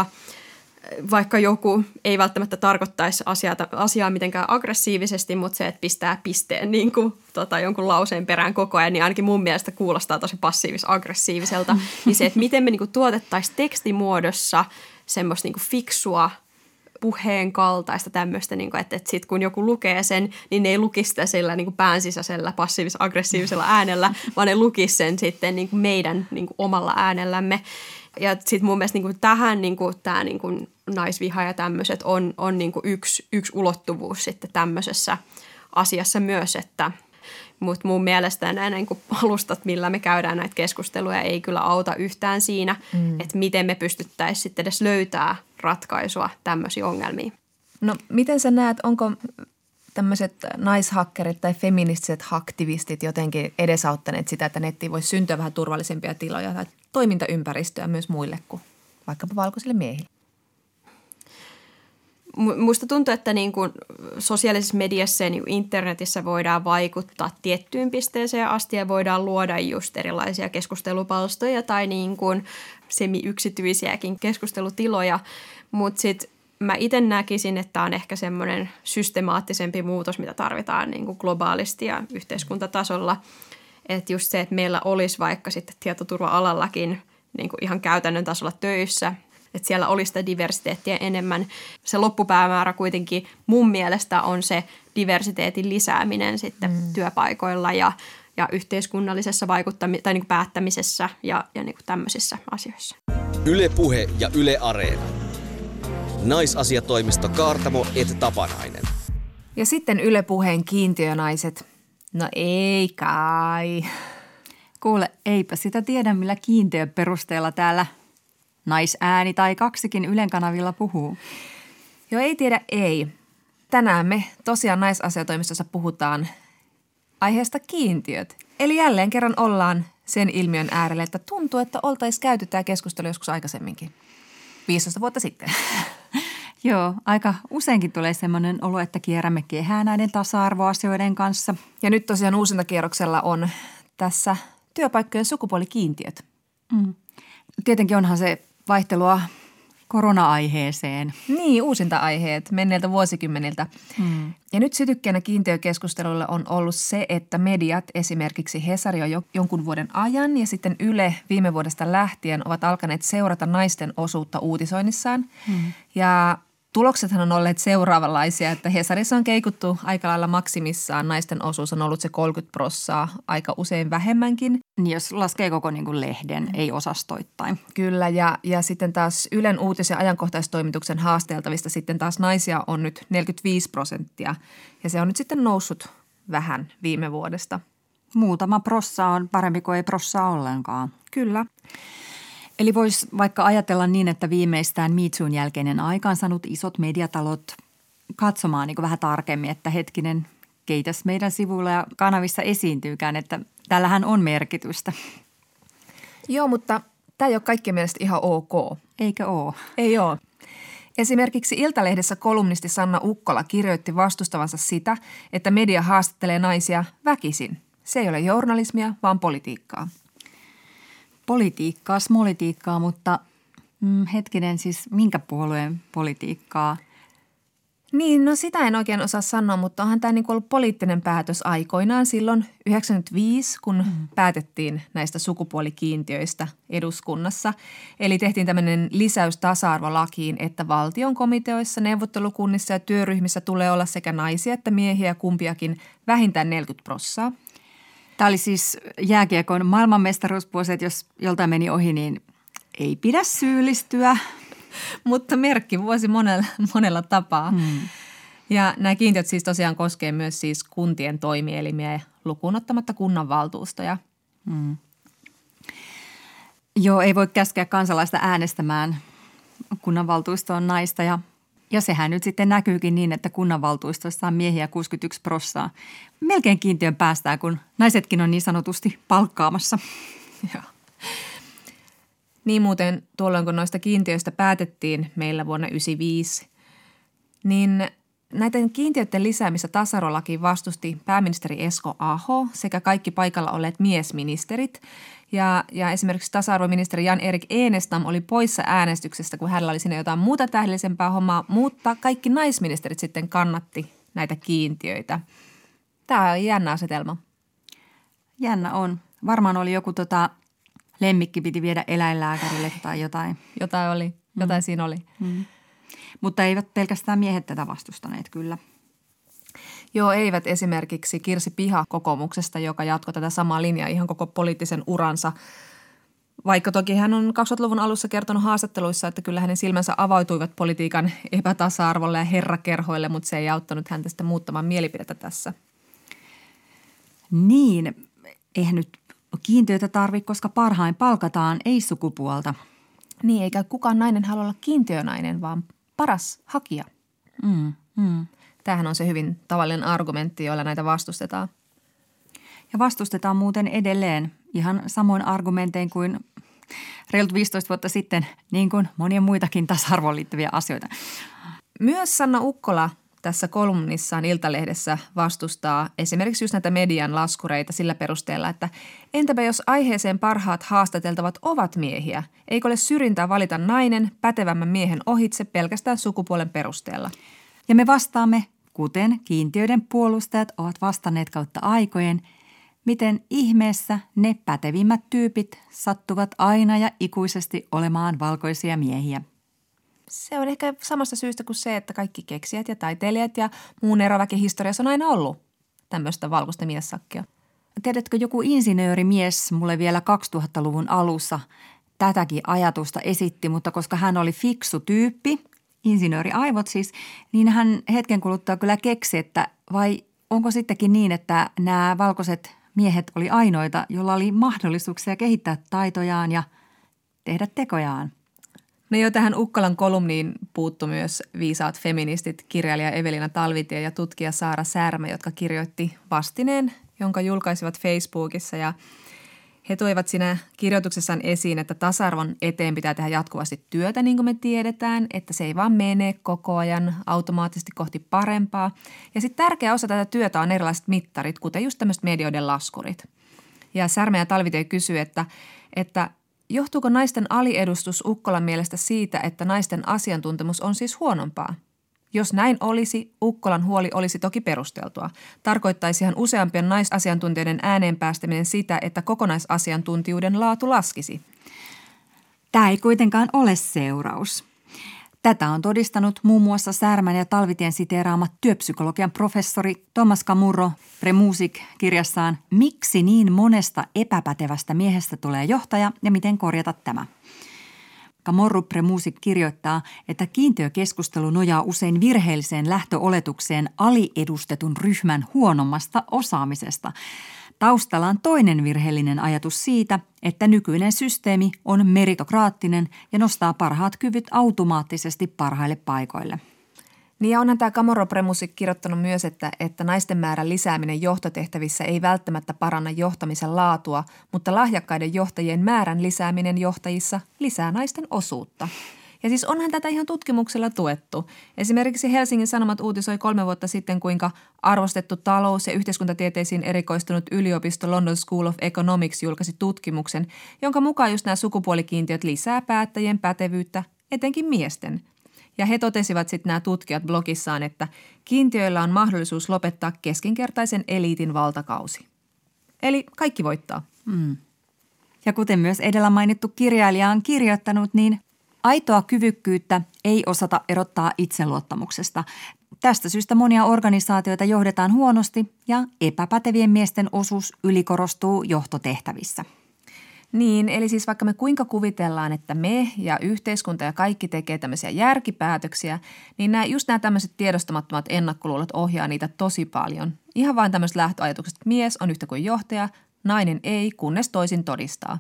vaikka joku ei välttämättä tarkoittaisi asiaa mitenkään aggressiivisesti, mutta se, että pistää pisteen niin kuin, jonkun lauseen perään koko ajan, niin ainakin mun mielestä kuulostaa tosi passiivis-aggressiiviselta. Niin se, että miten me niin kuin tuotettaisiin tekstimuodossa semmoista niin kuin fiksua puheen kaltaista tämmöistä, niin kuin, että sitten kun joku lukee sen, niin ne ei lukisi sitä sillä niin kuin päänsisäisellä passiivis-aggressiivisella äänellä, vaan ne lukisi sen sitten niin kuin meidän niin kuin omalla äänellämme. Ja sitten mun mielestä niin kuin tähän niin kuin, tämä niin kuin naisviha ja tämmöiset on niin kuin yksi ulottuvuus sitten tämmöisessä asiassa myös, mutta mun mielestä nämä niin kuin alustat, millä me käydään näitä keskusteluja, ei kyllä auta yhtään siinä, että miten me pystyttäisiin sitten edes löytää ratkaisua tämmöisiin ongelmiin. No miten sä näet, onko tämmöiset naishakkerit tai feministiset aktivistit jotenkin edesauttaneet sitä, että nettiin voisi syntyä vähän turvallisempia tiloja tai toimintaympäristöä myös muille kuin vaikkapa valkoisille miehille? Musta tuntuu, että niin kuin sosiaalisessa mediassa ja niin kuin internetissä voidaan vaikuttaa tiettyyn pisteeseen asti ja voidaan luoda just erilaisia keskustelupalstoja tai niin kuin semi-yksityisiäkin keskustelutiloja, mutta sitten mä itse näkisin, että on ehkä semmoinen systemaattisempi muutos, mitä tarvitaan niin kuin globaalisti ja yhteiskuntatasolla. Että just se, että meillä olisi vaikka sitten tietoturva-alallakin niin kuin ihan käytännön tasolla töissä, että siellä olisi sitä diversiteettiä enemmän. Se loppupäämäärä kuitenkin mun mielestä on se diversiteetin lisääminen sitten työpaikoilla ja yhteiskunnallisessa tai niin kuin päättämisessä ja niin kuin tämmöisissä asioissa. Yle Puhe ja Yle Areena. Naisasiatoimisto Kaartamo et Tapanainen. Ja sitten Yle Puheen kiintiönaiset. No ei kai. Kuule, eipä sitä tiedä, millä kiintiöperusteella täällä naisääni tai kaksikin Ylen kanavilla puhuu. Joo, ei tiedä ei. Tänään me tosiaan naisasiatoimistossa puhutaan aiheesta kiintiöt. Eli jälleen kerran ollaan sen ilmiön äärelle, että tuntuu, että oltaisiin käyty tämä keskustelu joskus aikaisemminkin. 15 vuotta sitten. Joo, aika useinkin tulee semmoinen olo, että kierrämme kehää näiden tasa-arvoasioiden kanssa. Ja nyt tosiaan uusintakierroksella on tässä työpaikkojen sukupuolikiintiöt. Tietenkin onhan se vaihtelua korona-aiheeseen. Niin, uusinta-aiheet menneiltä vuosikymmeniltä. Ja nyt sytykkeenä kiintiökeskustelulle on ollut se, että mediat, esimerkiksi Hesari on jo jonkun vuoden ajan ja sitten Yle viime vuodesta lähtien ovat alkaneet seurata naisten osuutta uutisoinnissaan. Ja tuloksethan on olleet seuraavanlaisia, että Hesarissa on keikuttu aika lailla maksimissaan. Naisten osuus on ollut se 30%, aika usein vähemmänkin. Niin jos laskee koko niin kuin lehden, ei osastoittain. Kyllä, ja sitten taas Ylen uutis- ja ajankohtaistoimituksen haasteltavista sitten taas naisia on nyt 45%. Ja se on nyt sitten noussut vähän viime vuodesta. Muutama prossa on parempi kuin ei prossaa ollenkaan. Kyllä. Eli voisi vaikka ajatella niin, että viimeistään Me Toon jälkeinen aika on saanut isot mediatalot katsomaan niin kuin vähän tarkemmin, että hetkinen, keitäs meidän sivuilla ja kanavissa esiintyykään, että tällähän on merkitystä. Joo, mutta tämä ei ole kaikkien mielestä ihan ok. Eikö ole? Ei ole. Esimerkiksi Iltalehdessä kolumnisti Sanna Ukkola kirjoitti vastustavansa sitä, että media haastattelee naisia väkisin. Se ei ole journalismia, vaan politiikkaa. Politiikkaa, smolitiikkaa, mutta hetkinen siis minkä puolueen politiikkaa? Niin, no sitä en oikein osaa sanoa, mutta onhan tämä niin kuin ollut poliittinen päätös aikoinaan silloin 1995, kun päätettiin näistä sukupuolikiintiöistä eduskunnassa. Eli tehtiin tämmöinen lisäys tasa-arvolakiin, että valtion komiteoissa, neuvottelukunnissa ja työryhmissä tulee olla sekä naisia että miehiä kumpiakin vähintään 40%. Tämä oli siis jääkiekon maailmanmestaruusvuosi, että jos joltain meni ohi, niin ei pidä syyllistyä. Mutta merkkivuosi monella tapaa. Ja nämä kiintiöt siis tosiaan koskee myös siis kuntien toimielimiä lukuun ottamatta kunnanvaltuustoja. Joo, ei voi käskeä kansalaista äänestämään kunnanvaltuustoon naista ja sehän nyt sitten näkyykin niin, että kunnanvaltuustossa on miehiä 61%. Melkein kiintiön päästään, kun naisetkin on niin sanotusti palkkaamassa. Joo. Niin muuten tuolloin, kun noista kiintiöistä päätettiin meillä vuonna 1995, niin näiden kiintiöiden lisäämistä tasa-arvolakiin vastusti pääministeri Esko Aho sekä kaikki paikalla olleet miesministerit. Ja esimerkiksi tasa-arvoministeri Jan-Erik Enestam oli poissa äänestyksestä, kun hänellä oli siinä jotain muuta tähdellisempää hommaa, mutta kaikki naisministerit sitten kannatti näitä kiintiöitä. Tämä on jännä asetelma. Jännä on. Varmaan oli joku lemmikki piti viedä eläinlääkärille tai jotain. Jotain siinä oli. Mutta eivät pelkästään miehet tätä vastustaneet kyllä. Joo, eivät esimerkiksi Kirsi Piha kokoomuksesta, joka jatkoi tätä samaa linjaa ihan koko poliittisen uransa. Vaikka toki hän on 2000-luvun alussa kertonut haastatteluissa, että kyllä hänen silmänsä avautuivat politiikan epätasa-arvolle ja herrakerhoille, mutta se ei auttanut häntä sitten muuttamaan mielipidettä tässä. Niin, eihän nyt kiintiöitä tarvitse, koska parhain palkataan ei sukupuolta. Niin, eikä kukaan nainen halua olla kiintiönainen, vaan paras hakija. Tämähän on se hyvin tavallinen argumentti, jolla näitä vastustetaan. Ja vastustetaan muuten edelleen ihan samoin argumentein kuin reilut 15 vuotta sitten, niin kuin monia muitakin tasa-arvoon liittyviä asioita. Myös Sanna Ukkola tässä kolumnissaan Iltalehdessä vastustaa esimerkiksi just näitä median laskureita sillä perusteella, että entäpä jos aiheeseen parhaat haastateltavat ovat miehiä? Eikö ole syrjintää valita nainen pätevämmän miehen ohitse pelkästään sukupuolen perusteella? Ja me vastaamme, kuten kiintiöiden puolustajat ovat vastanneet kautta aikojen, miten ihmeessä ne pätevimmät tyypit sattuvat aina ja ikuisesti olemaan valkoisia miehiä. Se on ehkä samasta syystä kuin se, että kaikki keksijät ja taiteilijat ja muun eroväki historiassa on aina ollut tämmöistä valkoista miessakkia. Tiedätkö, joku insinöörimies mulle vielä 2000-luvun alussa tätäkin ajatusta esitti, mutta koska hän oli fiksu tyyppi, insinööriaivot siis, niin hän hetken kuluttua kyllä keksi, että vai onko sittenkin niin, että nämä valkoiset miehet oli ainoita, joilla oli mahdollisuuksia kehittää taitojaan ja tehdä tekojaan. No jo tähän Ukkolan kolumniin puuttu myös viisaat feministit, kirjailija Evelina Talvitie ja tutkija Saara Särmä, jotka kirjoitti vastineen, jonka julkaisivat Facebookissa. Ja he toivat siinä kirjoituksessaan esiin, että tasa-arvon eteen pitää tehdä jatkuvasti työtä, niin kuin me tiedetään, että se ei vaan mene koko ajan automaattisesti kohti parempaa. Ja sitten tärkeä osa tätä työtä on erilaiset mittarit, kuten just tämmöiset medioiden laskurit. Ja Särmä ja Talvitie kysyy, että johtuuko naisten aliedustus Ukkolan mielestä siitä, että naisten asiantuntemus on siis huonompaa? Jos näin olisi, Ukkolan huoli olisi toki perusteltua. Tarkoittaisihan useampien naisasiantuntijoiden ääneen päästäminen sitä, että kokonaisasiantuntijuuden laatu laskisi. Tämä ei kuitenkaan ole seuraus. Tätä on todistanut muun muassa Särmän ja Talvitien siteeraama työpsykologian professori Thomas Camurro Premusic kirjassaan Miksi niin monesta epäpätevästä miehestä tulee johtaja ja miten korjata tämä? Camurro Premusic kirjoittaa, että kiintiökeskustelu nojaa usein virheelliseen lähtöoletukseen aliedustetun ryhmän huonommasta osaamisesta. Taustalla on toinen virheellinen ajatus siitä, että nykyinen systeemi on meritokraattinen ja nostaa parhaat kyvyt automaattisesti parhaille paikoille. Niin ja onhan tämä Camurro Premusic kirjoittanut myös, että naisten määrän lisääminen johtotehtävissä ei välttämättä paranna johtamisen laatua, mutta lahjakkaiden johtajien määrän lisääminen johtajissa lisää naisten osuutta. Ja siis onhan tätä ihan tutkimuksella tuettu. Esimerkiksi Helsingin Sanomat uutisoi 3 vuotta sitten, kuinka arvostettu talous- ja yhteiskuntatieteisiin erikoistunut yliopisto London School of Economics julkaisi tutkimuksen, jonka mukaan just nämä sukupuolikiintiöt lisää päättäjien pätevyyttä, etenkin miesten. Ja he totesivat sitten nämä tutkijat blogissaan, että kiintiöillä on mahdollisuus lopettaa keskinkertaisen eliitin valtakausi. Eli kaikki voittaa. Ja kuten myös edellä mainittu kirjailija on kirjoittanut, niin aitoa kyvykkyyttä ei osata erottaa itseluottamuksesta. Tästä syystä monia organisaatioita johdetaan huonosti ja epäpätevien miesten osuus ylikorostuu johtotehtävissä. Niin, eli siis vaikka me kuinka kuvitellaan, että me ja yhteiskunta ja kaikki tekee tämmöisiä järkipäätöksiä, niin just nämä tämmöiset tiedostamattomat ennakkoluulot ohjaa niitä tosi paljon. Ihan vain tämmöiset lähtöajatukset, että mies on yhtä kuin johtaja, nainen ei, kunnes toisin todistaa.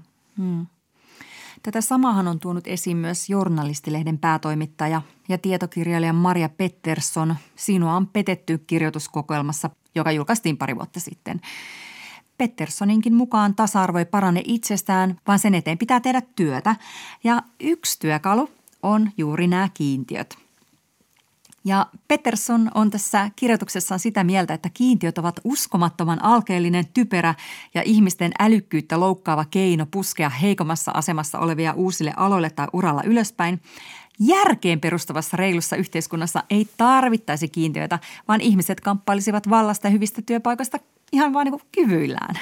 Tätä samahan on tuonut esiin myös Journalistilehden päätoimittaja ja tietokirjailija Maria Pettersson Sinua on petetty -kirjoituskokoelmassa, joka julkaistiin 2 vuotta sitten. Petterssoninkin mukaan tasa-arvo ei parane itsestään, vaan sen eteen pitää tehdä työtä. Ja yksi työkalu on juuri nämä kiintiöt. Ja Pettersson on tässä kirjoituksessaan sitä mieltä, että kiintiöt ovat uskomattoman alkeellinen, typerä ja ihmisten älykkyyttä loukkaava keino puskea heikommassa asemassa olevia uusille aloille tai uralla ylöspäin. Järkeen perustuvassa reilussa yhteiskunnassa ei tarvittaisi kiintiöitä, vaan ihmiset kamppailisivat vallasta ja hyvistä työpaikoista ihan vaan niin kuin kyvyillään.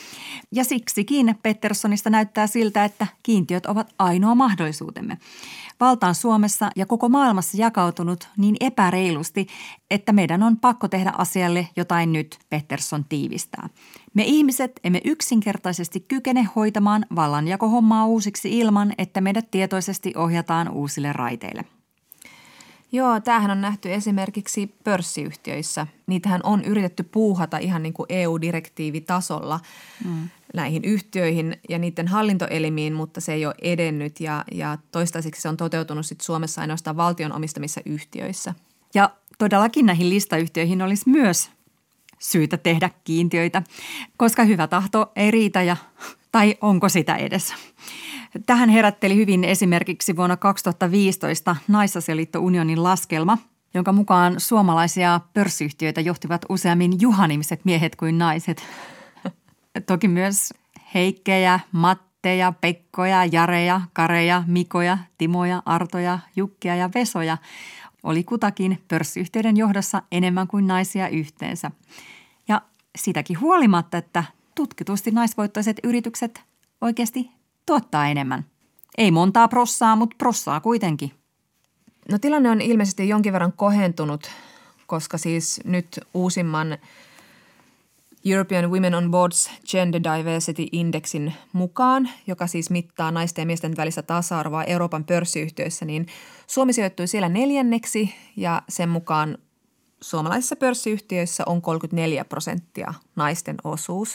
Ja siksikin Petterssonista näyttää siltä, että kiintiöt ovat ainoa mahdollisuutemme. Valta on Suomessa ja koko maailmassa jakautunut niin epäreilusti, että meidän on pakko tehdä asialle jotain nyt, Pettersson tiivistää. Me ihmiset emme yksinkertaisesti kykene hoitamaan vallanjakohommaa uusiksi ilman, että meidät tietoisesti ohjataan uusille raiteille. Joo, tämähän on nähty esimerkiksi pörssiyhtiöissä. Niitähän on yritetty puuhata ihan niin kuin EU-direktiivitasolla näihin yhtiöihin ja niiden hallintoelimiin, mutta se ei ole edennyt ja toistaiseksi se on toteutunut sit Suomessa ainoastaan valtion omistamissa yhtiöissä. Ja todellakin näihin listayhtiöihin olisi myös syytä tehdä kiintiöitä, koska hyvä tahto ei riitä tai onko sitä edes. Tähän herätteli hyvin esimerkiksi vuonna 2015 Naisasialiitto Unionin laskelma, jonka mukaan suomalaisia pörssiyhtiöitä johtivat useammin Juha-nimiset miehet kuin naiset. Toki myös Heikkejä, Matteja, Pekkoja, Jareja, Kareja, Mikoja, Timoja, Artoja, Jukkia ja Vesoja oli kutakin pörssiyhtiöiden johdossa enemmän kuin naisia yhteensä. Ja sitäkin huolimatta, että tutkitusti naisvoittoiset yritykset oikeasti tuottaa enemmän. Ei montaa prossaa, mutta prossaa kuitenkin. No tilanne on ilmeisesti jonkin verran kohentunut, koska siis nyt uusimman European Women on Boards Gender Diversity Indexin mukaan, joka siis mittaa naisten ja miesten välistä tasa-arvoa Euroopan pörssiyhtiöissä, niin Suomi sijoittui siellä 4. ja sen mukaan suomalaisissa pörssiyhtiöissä on 34% naisten osuus.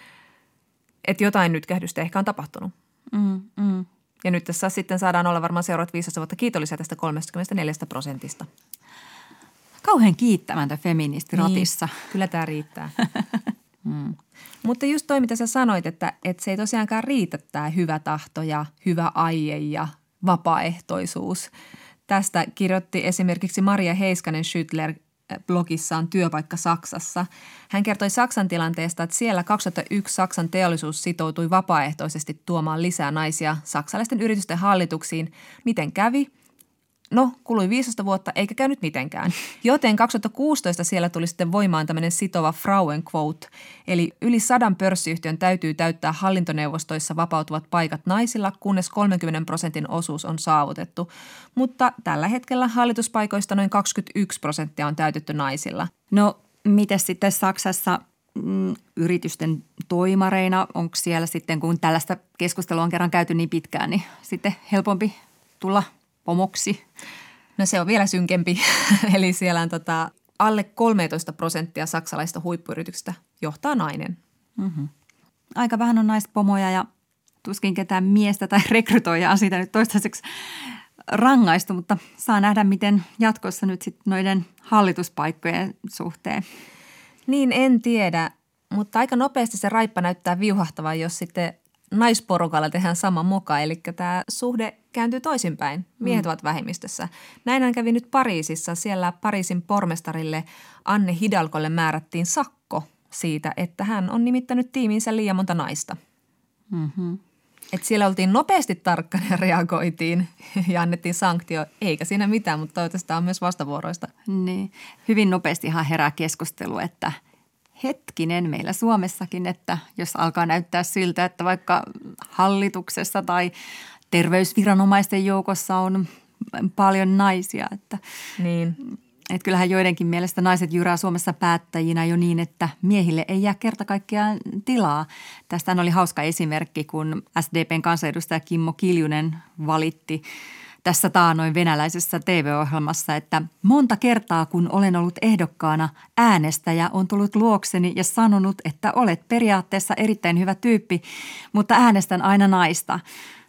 Että jotain nytkähdystä ehkä on tapahtunut. Ja nyt tässä sitten saadaan olla varmaan seuraavat 15 vuotta kiitollisia tästä 34%. Kauhean kiittämäntä feministiratissa. Niin, kyllä tämä riittää. Mutta just toi, mitä sä sanoit, että se ei tosiaankaan riitä tämä hyvä tahto ja hyvä aie ja vapaaehtoisuus. Tästä kirjoitti esimerkiksi Maria Heiskanen-Schüttler blogissaan Työpaikka Saksassa. Hän kertoi Saksan tilanteesta, että siellä 2001 Saksan teollisuus sitoutui vapaaehtoisesti tuomaan lisää naisia saksalaisten yritysten hallituksiin. Miten kävi? No, kului 15 vuotta eikä käynyt mitenkään. Joten 2016 siellä tuli sitten voimaan tämmöinen sitova Frauenquote, eli yli 100 pörssiyhtiön täytyy täyttää hallintoneuvostoissa vapautuvat paikat naisilla, kunnes 30% osuus on saavutettu. Mutta tällä hetkellä hallituspaikoista noin 21% on täytetty naisilla. No, miten sitten Saksassa yritysten toimareina, onko siellä sitten, kun tällaista keskustelua on kerran käyty niin pitkään, niin sitten helpompi tulla pomoksi? No se on vielä synkempi, eli siellä on alle 13% saksalaisista huippuyrityksistä johtaa nainen. Aika vähän on naispomoja ja tuskin ketään miestä tai rekrytoijaa on siitä nyt toistaiseksi rangaistu, mutta saa nähdä, miten jatkossa nyt sitten noiden hallituspaikkojen suhteen. Niin, en tiedä, mutta aika nopeasti se raippa näyttää viuhahtavan, jos sitten naisporukalla tehdään sama moka, eli tämä suhde kääntyy toisinpäin. Miehet ovat vähemmistössä. Näinhän kävi nyt Pariisissa. Siellä Pariisin pormestarille Anne Hidalgolle määrättiin sakko siitä, että hän on nimittänyt tiimiinsä liian monta naista. Et siellä oltiin nopeasti tarkkana ja reagoitiin ja annettiin sanktio, eikä siinä mitään, mutta toivottavasti tämä on myös vastavuoroista. Niin, hyvin nopeasti ihan herää keskustelu, että hetkinen meillä Suomessakin, että jos alkaa näyttää siltä, että vaikka hallituksessa tai terveysviranomaisten joukossa on paljon naisia, että kyllähän joidenkin mielestä naiset jyrää Suomessa päättäjinä jo niin, että miehille ei jää kerta kaikkiaan tilaa. Tästä oli hauska esimerkki, kun SDPn kansanedustaja Kimmo Kiljunen valitti tässä taanoin venäläisessä TV-ohjelmassa, että monta kertaa kun olen ollut ehdokkaana, äänestäjä on tullut luokseni ja sanonut, että olet periaatteessa erittäin hyvä tyyppi, mutta äänestän aina naista.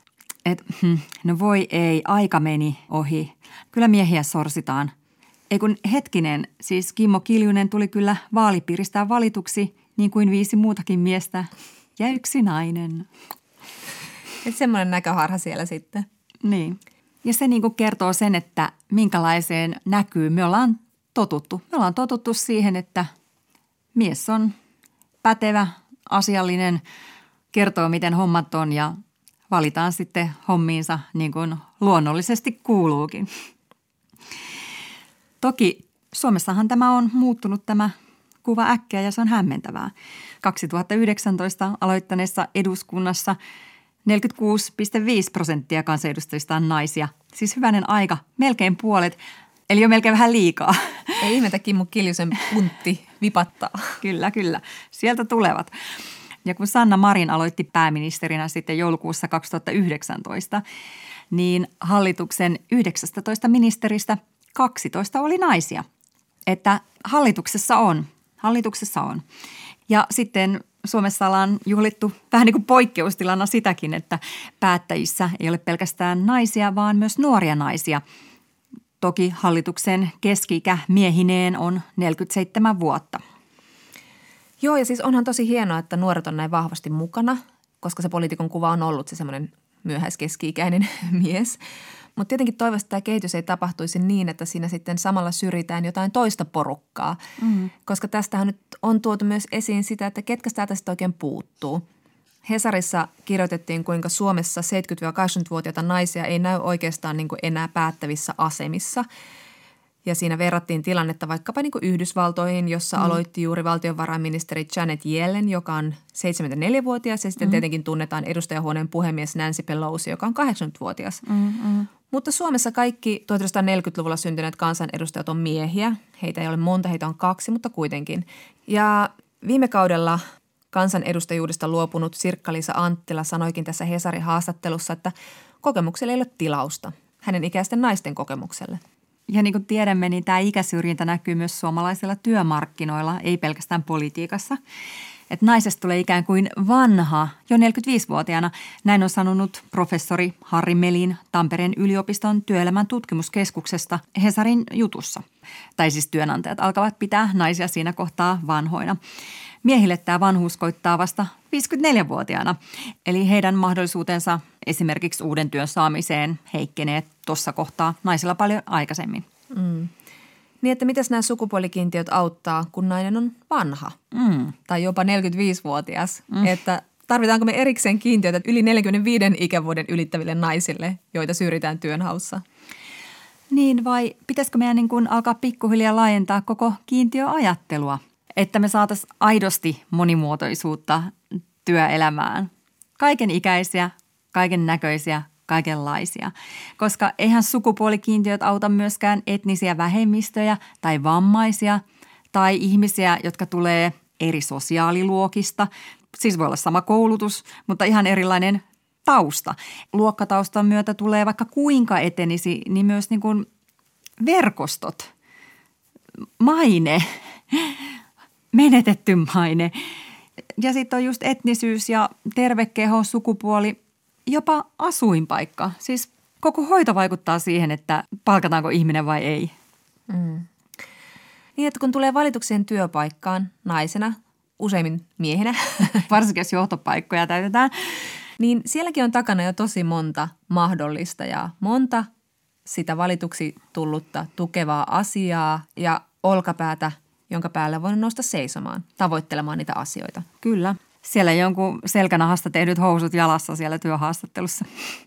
No voi ei, aika meni ohi. Kyllä miehiä sorsitaan. Ei kun hetkinen, siis Kimmo Kiljunen tuli kyllä vaalipiiristään valituksi niin kuin 5 muutakin miestä ja 1 nainen. Että semmoinen näköharha siellä sitten. Niin. Ja se niin kuin kertoo sen, että minkälaiseen näkyy me ollaan totuttu. Me ollaan totuttu siihen, että mies on pätevä, asiallinen, kertoo miten hommat on ja valitaan sitten hommiinsa niin kuin luonnollisesti kuuluukin. Toki Suomessahan tämä on muuttunut tämä kuva äkkiä ja se on hämmentävää. 2019 aloittaneessa eduskunnassa 46,5% kansanedustajista on naisia. Siis hyvänen aika, melkein puolet, eli jo melkein vähän liikaa. Ei ihmetä Kimmo Kiljusen puntti vipattaa. Kyllä, kyllä. Sieltä tulevat. Ja kun Sanna Marin aloitti pääministerinä sitten joulukuussa 2019, niin hallituksen 19 ministeristä 12 oli naisia. Että hallituksessa on. Ja sitten Suomessa ollaan juhlittu vähän niin kuin poikkeustilana sitäkin, että päättäjissä ei ole pelkästään naisia, vaan myös nuoria naisia. Toki hallituksen keski-ikä miehineen on 47 vuotta. Joo, ja siis onhan tosi hienoa, että nuoret on näin vahvasti mukana, koska se poliitikon kuva on ollut se semmoinen myöhäiskeski-ikäinen mies. Mutta tietenkin toivottavasti tämä kehitys ei tapahtuisi niin, että siinä sitten samalla syrjitään jotain toista porukkaa, koska tästähän nyt on tuotu myös esiin sitä, että ketkä täältä sitten oikein puuttuu. Hesarissa kirjoitettiin, kuinka Suomessa 70-80-vuotiaita naisia ei näy oikeastaan niin kuin enää päättävissä asemissa. Ja siinä verrattiin tilannetta vaikkapa niin kuin Yhdysvaltoihin, jossa aloitti juuri valtiovarainministeri Janet Yellen, joka on 74-vuotias ja sitten tietenkin tunnetaan edustajahuoneen puhemies Nancy Pelosi, joka on 80-vuotias. Mutta Suomessa kaikki 1940-luvulla syntyneet kansanedustajat on miehiä. Heitä ei ole monta, heitä on 2, mutta kuitenkin. Ja viime kaudella kansanedustajuudesta luopunut Sirkka-Liisa Anttila sanoikin tässä Hesarin haastattelussa, että kokemukselle ei ole tilausta. Hänen ikäisten naisten kokemukselle. Ja niin kuin tiedämme, niin tämä ikäsyrjintä näkyy myös suomalaisilla työmarkkinoilla, ei pelkästään politiikassa. Että naisesta tulee ikään kuin vanha jo 45-vuotiaana. Näin on sanonut professori Harri Melin Tampereen yliopiston työelämän tutkimuskeskuksesta Hesarin jutussa. Tai siis työnantajat alkavat pitää naisia siinä kohtaa vanhoina. Miehille tämä vanhuus koittaa vasta 54-vuotiaana, eli heidän mahdollisuutensa esimerkiksi uuden työn saamiseen heikkenee tuossa kohtaa naisilla paljon aikaisemmin. Niin, että mitäs nämä sukupuolikiintiöt auttaa, kun nainen on vanha tai jopa 45-vuotias? Että tarvitaanko me erikseen kiintiöitä yli 45 ikävuoden ylittäville naisille, joita syrjitään työnhaussa? Niin, vai pitäisikö meidän niin kuin alkaa pikkuhiljaa laajentaa koko kiintiöajattelua? Että me saataisiin aidosti monimuotoisuutta työelämään. Kaiken ikäisiä, kaiken näköisiä, kaikenlaisia. Koska eihän sukupuolikiintiöt auta myöskään etnisiä vähemmistöjä tai vammaisia tai ihmisiä, jotka tulee eri sosiaaliluokista. Siis voi olla sama koulutus, mutta ihan erilainen tausta. Luokkataustan myötä tulee vaikka kuinka etenisi, niin myös niin kuin verkostot, maine, menetetty maine. Ja sitten on just etnisyys ja terve keho, sukupuoli, jopa asuinpaikka. Siis koko hoito vaikuttaa siihen, että palkataanko ihminen vai ei. Niin, että kun tulee valitukseen työpaikkaan naisena, useimmin miehenä, varsinkin jos johtopaikkoja täytetään, niin sielläkin on takana jo tosi monta mahdollista ja monta sitä valituksi tullutta tukevaa asiaa ja olkapäätä, jonka päälle voi nousta seisomaan, tavoittelemaan niitä asioita. Kyllä. Siellä jonkun selkänahasta tehdyt housut jalassa siellä työhaastattelussa.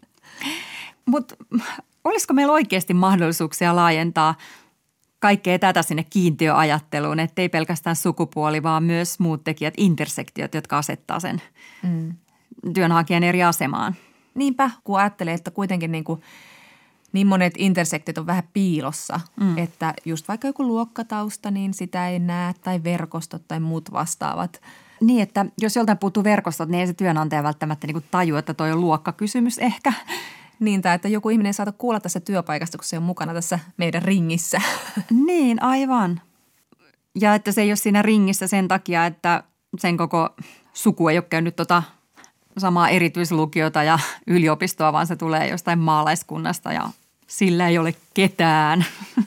Mutta olisiko meillä oikeasti mahdollisuuksia laajentaa kaikkea tätä sinne kiintiöajatteluun, ettei pelkästään sukupuoli, vaan myös muut tekijät, intersektiot, jotka asettaa sen työnhakijan eri asemaan? Niinpä, kun ajattelee, että kuitenkin niin monet intersektiot on vähän piilossa, että just vaikka joku luokkatausta, niin sitä ei näe, tai verkostot tai muut vastaavat. Niin, että jos joltain puuttuu verkostot, niin ei se työnantaja välttämättä niin kuin tajua, että toi on luokkakysymys ehkä. Niin, tai että joku ihminen ei saata kuulla tässä työpaikasta, kun se on mukana tässä meidän ringissä. Niin, aivan. Ja että se ei ole siinä ringissä sen takia, että sen koko suku ei ole käynyt samaa erityislukiota ja yliopistoa, vaan se tulee jostain maalaiskunnasta ja sillä ei ole ketään.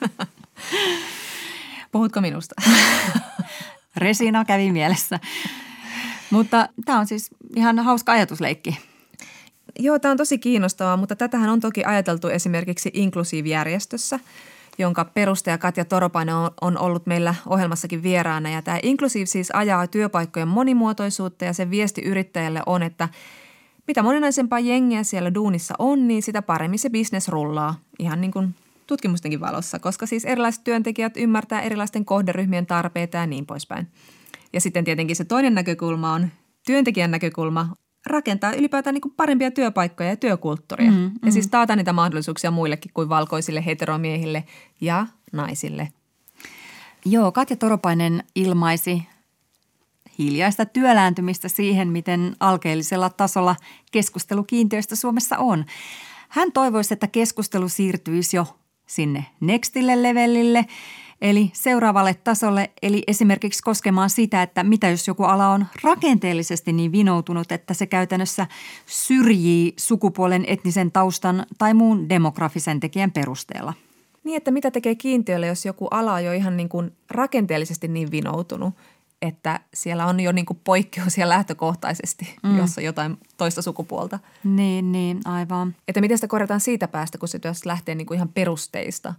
Puhutko minusta? Resina kävi mielessä. Mutta tämä on siis ihan hauska ajatusleikki. Joo, tämä on tosi kiinnostavaa, mutta tätähän on toki ajateltu esimerkiksi Inclusive-järjestössä, jonka perustaja Katja Toropainen on ollut meillä ohjelmassakin vieraana. Ja tämä Inclusive siis ajaa työpaikkojen monimuotoisuutta ja se viesti yrittäjälle on, että mitä moninaisempaa jengiä siellä duunissa on, niin sitä paremmin se business rullaa. Ihan niin kuin tutkimustenkin valossa, koska siis erilaiset työntekijät ymmärtää erilaisten kohderyhmien tarpeita ja niin poispäin. Ja sitten tietenkin se toinen näkökulma on työntekijän näkökulma. rakentaa ylipäätään niin kuin parempia työpaikkoja ja työkulttuuria. Ja siis taata niitä mahdollisuuksia muillekin kuin valkoisille heteromiehille ja naisille. Joo, Katja Toropainen ilmaisi hiljaista työlääntymistä siihen, miten alkeellisella tasolla keskustelu kiintiöistä Suomessa on. Hän toivoisi, että keskustelu siirtyisi jo sinne nextille levelille, eli seuraavalle tasolle, eli esimerkiksi koskemaan sitä, että mitä jos joku ala on rakenteellisesti niin vinoutunut, että se käytännössä syrjii sukupuolen, etnisen taustan tai muun demografisen tekijän perusteella. Niin, että mitä tekee kiintiölle, jos joku ala on jo ihan niin kuin rakenteellisesti niin vinoutunut, että siellä on jo niin kuin poikkeuksia lähtökohtaisesti, jos on jotain toista sukupuolta. Niin, aivan. Että miten sitä korjataan siitä päästä, kun se työstä lähtee niin kuin ihan perusteista.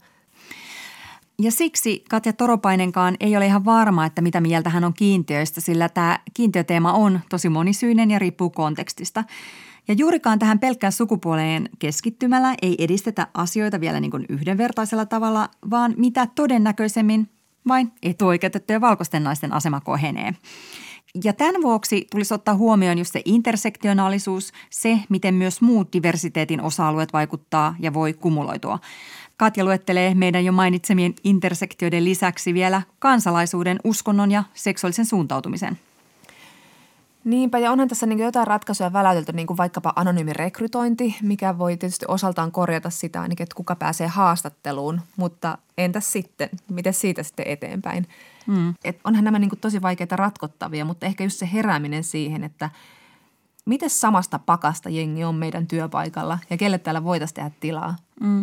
Ja siksi Katja Toropainenkaan ei ole ihan varma, että mitä mieltä hän on kiintiöistä, sillä tämä kiintiöteema on tosi monisyinen ja riippuu kontekstista. Ja juurikaan tähän pelkkään sukupuoleen keskittymällä ei edistetä asioita vielä niin kuin yhdenvertaisella tavalla, vaan mitä todennäköisemmin vain etuoikeutettujen valkoisten naisten asema kohenee. Ja tämän vuoksi tulisi ottaa huomioon just se intersektionaalisuus, se miten myös muut diversiteetin osa-alueet vaikuttaa ja voi kumuloitua. Katja luettelee meidän jo mainitsemien intersektioiden lisäksi vielä kansalaisuuden, uskonnon ja seksuaalisen suuntautumisen. Niinpä, ja onhan tässä niin jotain ratkaisuja väläytelty, niin kuin vaikkapa anonyymi rekrytointi, mikä voi tietysti osaltaan korjata sitä ainakin, että kuka pääsee haastatteluun, mutta entäs sitten, miten siitä sitten eteenpäin? Et onhan nämä niin kuin tosi vaikeita ratkottavia, mutta ehkä just se herääminen siihen, että miten samasta pakasta jengi on meidän työpaikalla ja kelle täällä voitaisiin tehdä tilaa?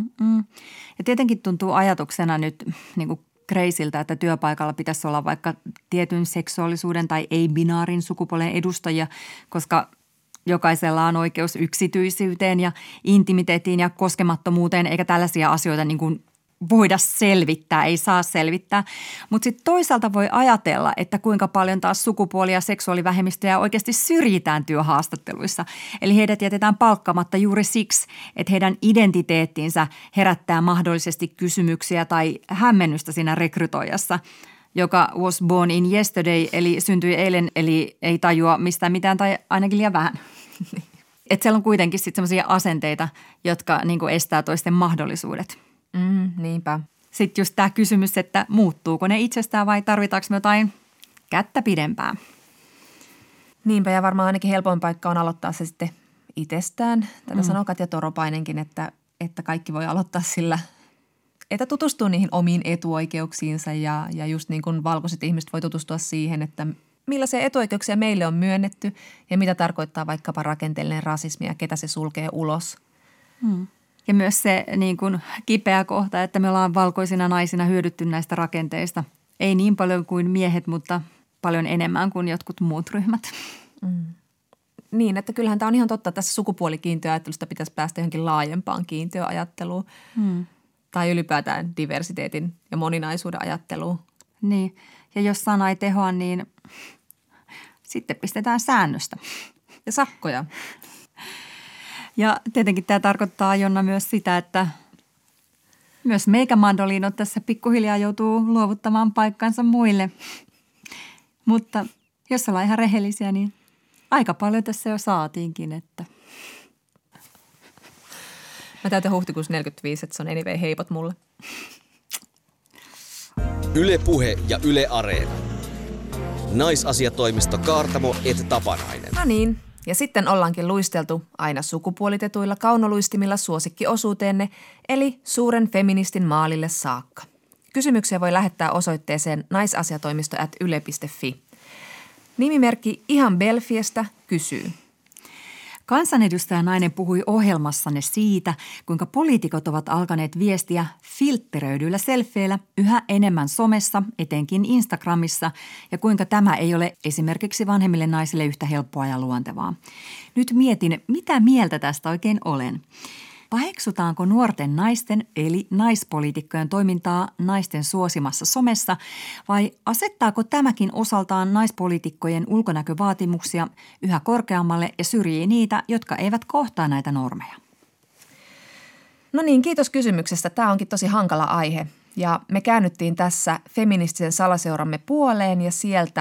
Ja tietenkin tuntuu ajatuksena nyt niin kuin crazyltä, että työpaikalla pitäisi olla vaikka tietyn seksuaalisuuden tai ei-binaarin sukupuolen edustajia, koska jokaisella on oikeus yksityisyyteen ja intimiteettiin ja koskemattomuuteen, eikä tällaisia asioita niin kuin voida selvittää, ei saa selvittää. Mutta sitten toisaalta voi ajatella, että kuinka paljon taas sukupuoli- ja seksuaalivähemmistöjä oikeasti syrjitään työhaastatteluissa. Eli heidät jätetään palkkamatta juuri siksi, että heidän identiteettinsä herättää mahdollisesti kysymyksiä tai hämmennystä siinä rekrytoijassa, joka was born in yesterday, eli syntyi eilen, eli ei tajua mistään mitään tai ainakin liian vähän. Että siellä on kuitenkin sitten sellaisia asenteita, jotka niinku estää toisten mahdollisuudet. Niinpä. Sitten just tämä kysymys, että muuttuuko ne itsestään vai tarvitaanko me jotain kättä pidempään? Niinpä, ja varmaan ainakin helpoin paikka on aloittaa se sitten itsestään. Tätä sanoo Katja Toropainenkin, että kaikki voi aloittaa sillä, että tutustuu niihin omiin etuoikeuksiinsa ja just niin kuin valkoiset ihmiset voi tutustua siihen, että millaisia etuoikeuksia meille on myönnetty ja mitä tarkoittaa vaikkapa rakenteellinen rasismi ja ketä se sulkee ulos. Ja myös se niin kuin kipeä kohta, että me ollaan valkoisina naisina hyödytty näistä rakenteista. Ei niin paljon kuin miehet, mutta paljon enemmän kuin jotkut muut ryhmät. Niin, että kyllähän tämä on ihan totta. Tässä sukupuolikiintiöajattelusta pitäisi päästä johonkin laajempaan kiintiöajatteluun. Tai ylipäätään diversiteetin ja moninaisuuden ajatteluun. Niin, ja jos sana ei tehoa, niin sitten pistetään säännöstä. Ja sakkoja. Ja tietenkin tämä tarkoittaa, Jonna, myös sitä, että myös meikämandoliino tässä pikkuhiljaa joutuu luovuttamaan paikkansa muille. Mutta jos ollaan ihan rehellisiä, niin aika paljon tässä jo saatiinkin, että mä täytän huhtikuussa 45, että se on anyway heipot mulle. Yle Puhe ja Yle Areena. Naisasiatoimisto Kaartamo et Tapanainen. No niin, ja sitten ollaankin luisteltu aina sukupuolitetuilla kaunoluistimilla suosikkiosuuteenne, eli suuren feministin maalille saakka. Kysymyksiä voi lähettää osoitteeseen naisasiatoimisto@yle.fi. Nimimerkki Ihan Belfiestä kysyy. Kansanedustajanainen puhui ohjelmassanne siitä, kuinka poliitikot ovat alkaneet viestiä filtteröidyillä selfieillä yhä enemmän somessa, etenkin Instagramissa, ja kuinka tämä ei ole esimerkiksi vanhemmille naisille yhtä helppoa ja luontevaa. Nyt mietin, mitä mieltä tästä oikein olen. Paheksutaanko nuorten naisten eli naispoliitikkojen toimintaa naisten suosimassa somessa vai asettaako tämäkin osaltaan naispoliitikkojen ulkonäkövaatimuksia yhä korkeammalle ja syrjii niitä, jotka eivät kohtaa näitä normeja? No niin, kiitos kysymyksestä. Tämä onkin tosi hankala aihe ja me käännyttiin tässä feministisen salaseuramme puoleen ja sieltä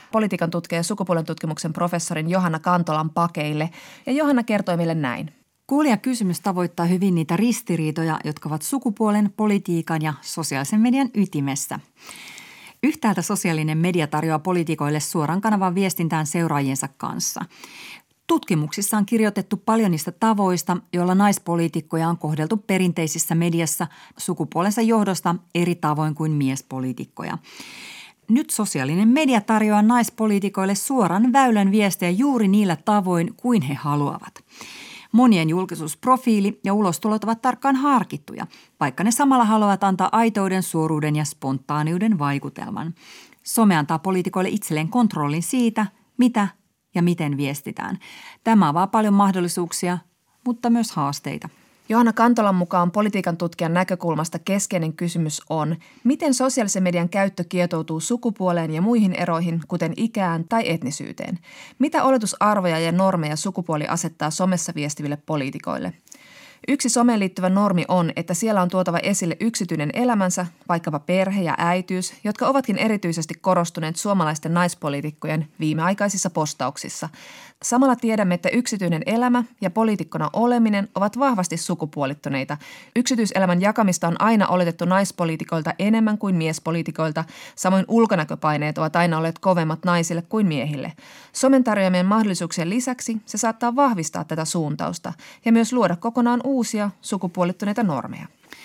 politiikan tutkija ja sukupuolen tutkimuksen professorin Johanna Kantolan pakeille. Ja Johanna kertoi meille näin. Kuulijan kysymys tavoittaa hyvin niitä ristiriitoja, jotka ovat sukupuolen, politiikan ja sosiaalisen median ytimessä. Yhtäältä sosiaalinen media tarjoaa poliitikoille suoran kanavan viestintään seuraajiensa kanssa. Tutkimuksissa on kirjoitettu paljon niistä tavoista, joilla naispoliitikkoja on kohdeltu perinteisissä mediassa sukupuolensa johdosta eri tavoin kuin miespoliitikkoja. Nyt sosiaalinen media tarjoaa naispoliitikoille suoran väylän viestejä juuri niillä tavoin kuin he haluavat. Monien julkisuusprofiili ja ulostulot ovat tarkkaan harkittuja, vaikka ne samalla haluavat antaa aitouden, suoruuden ja spontaaniuden vaikutelman. Some antaa poliitikoille itselleen kontrollin siitä, mitä ja miten viestitään. Tämä avaa paljon mahdollisuuksia, mutta myös haasteita. Johanna Kantolan mukaan politiikan tutkijan näkökulmasta keskeinen kysymys on, miten sosiaalisen median käyttö kietoutuu sukupuoleen ja muihin eroihin, kuten ikään tai etnisyyteen. Mitä oletusarvoja ja normeja sukupuoli asettaa somessa viestiville poliitikoille? Yksi someen liittyvä normi on, että siellä on tuotava esille yksityinen elämänsä, vaikkapa perhe ja äitiys, jotka ovatkin erityisesti korostuneet suomalaisten naispoliitikkojen viimeaikaisissa postauksissa. Samalla tiedämme, että yksityinen elämä ja poliitikkona oleminen ovat vahvasti sukupuolittuneita. Yksityiselämän jakamista on aina oletettu naispoliitikoilta enemmän kuin miespoliitikoilta, samoin ulkonäköpaineet ovat aina olleet kovemmat naisille kuin miehille. Somen tarjoamien mahdollisuuksien lisäksi se saattaa vahvistaa tätä suuntausta ja myös luoda kokonaan uusia sukupuolittuneita normeja.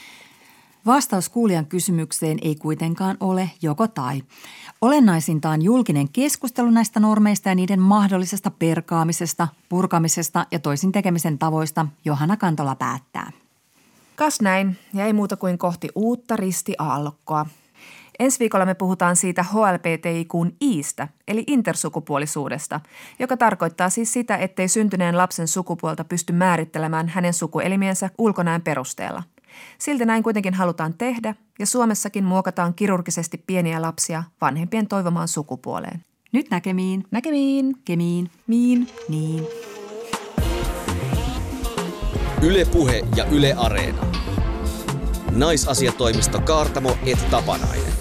Vastaus kuulijan kysymykseen ei kuitenkaan ole joko tai. Olennaisinta on julkinen keskustelu näistä normeista ja niiden mahdollisesta perkaamisesta, purkamisesta ja toisin tekemisen tavoista, Johanna Kantola päättää. Kas näin, ja ei muuta kuin kohti uutta ristiaallokkoa. Ensi viikolla me puhutaan siitä HLBTIQn I:stä, eli intersukupuolisuudesta, joka tarkoittaa siis sitä, ettei syntyneen lapsen sukupuolta pysty määrittelemään hänen sukuelimiensä ulkonäön perusteella. Silti näin kuitenkin halutaan tehdä, ja Suomessakin muokataan kirurgisesti pieniä lapsia vanhempien toivomaan sukupuoleen. Nyt näkemiin. Näkemiin. Kemiin. Miin. Niin. Yle Puhe ja Yle Areena. Naisasiatoimisto Kaartamo et Tapanainen.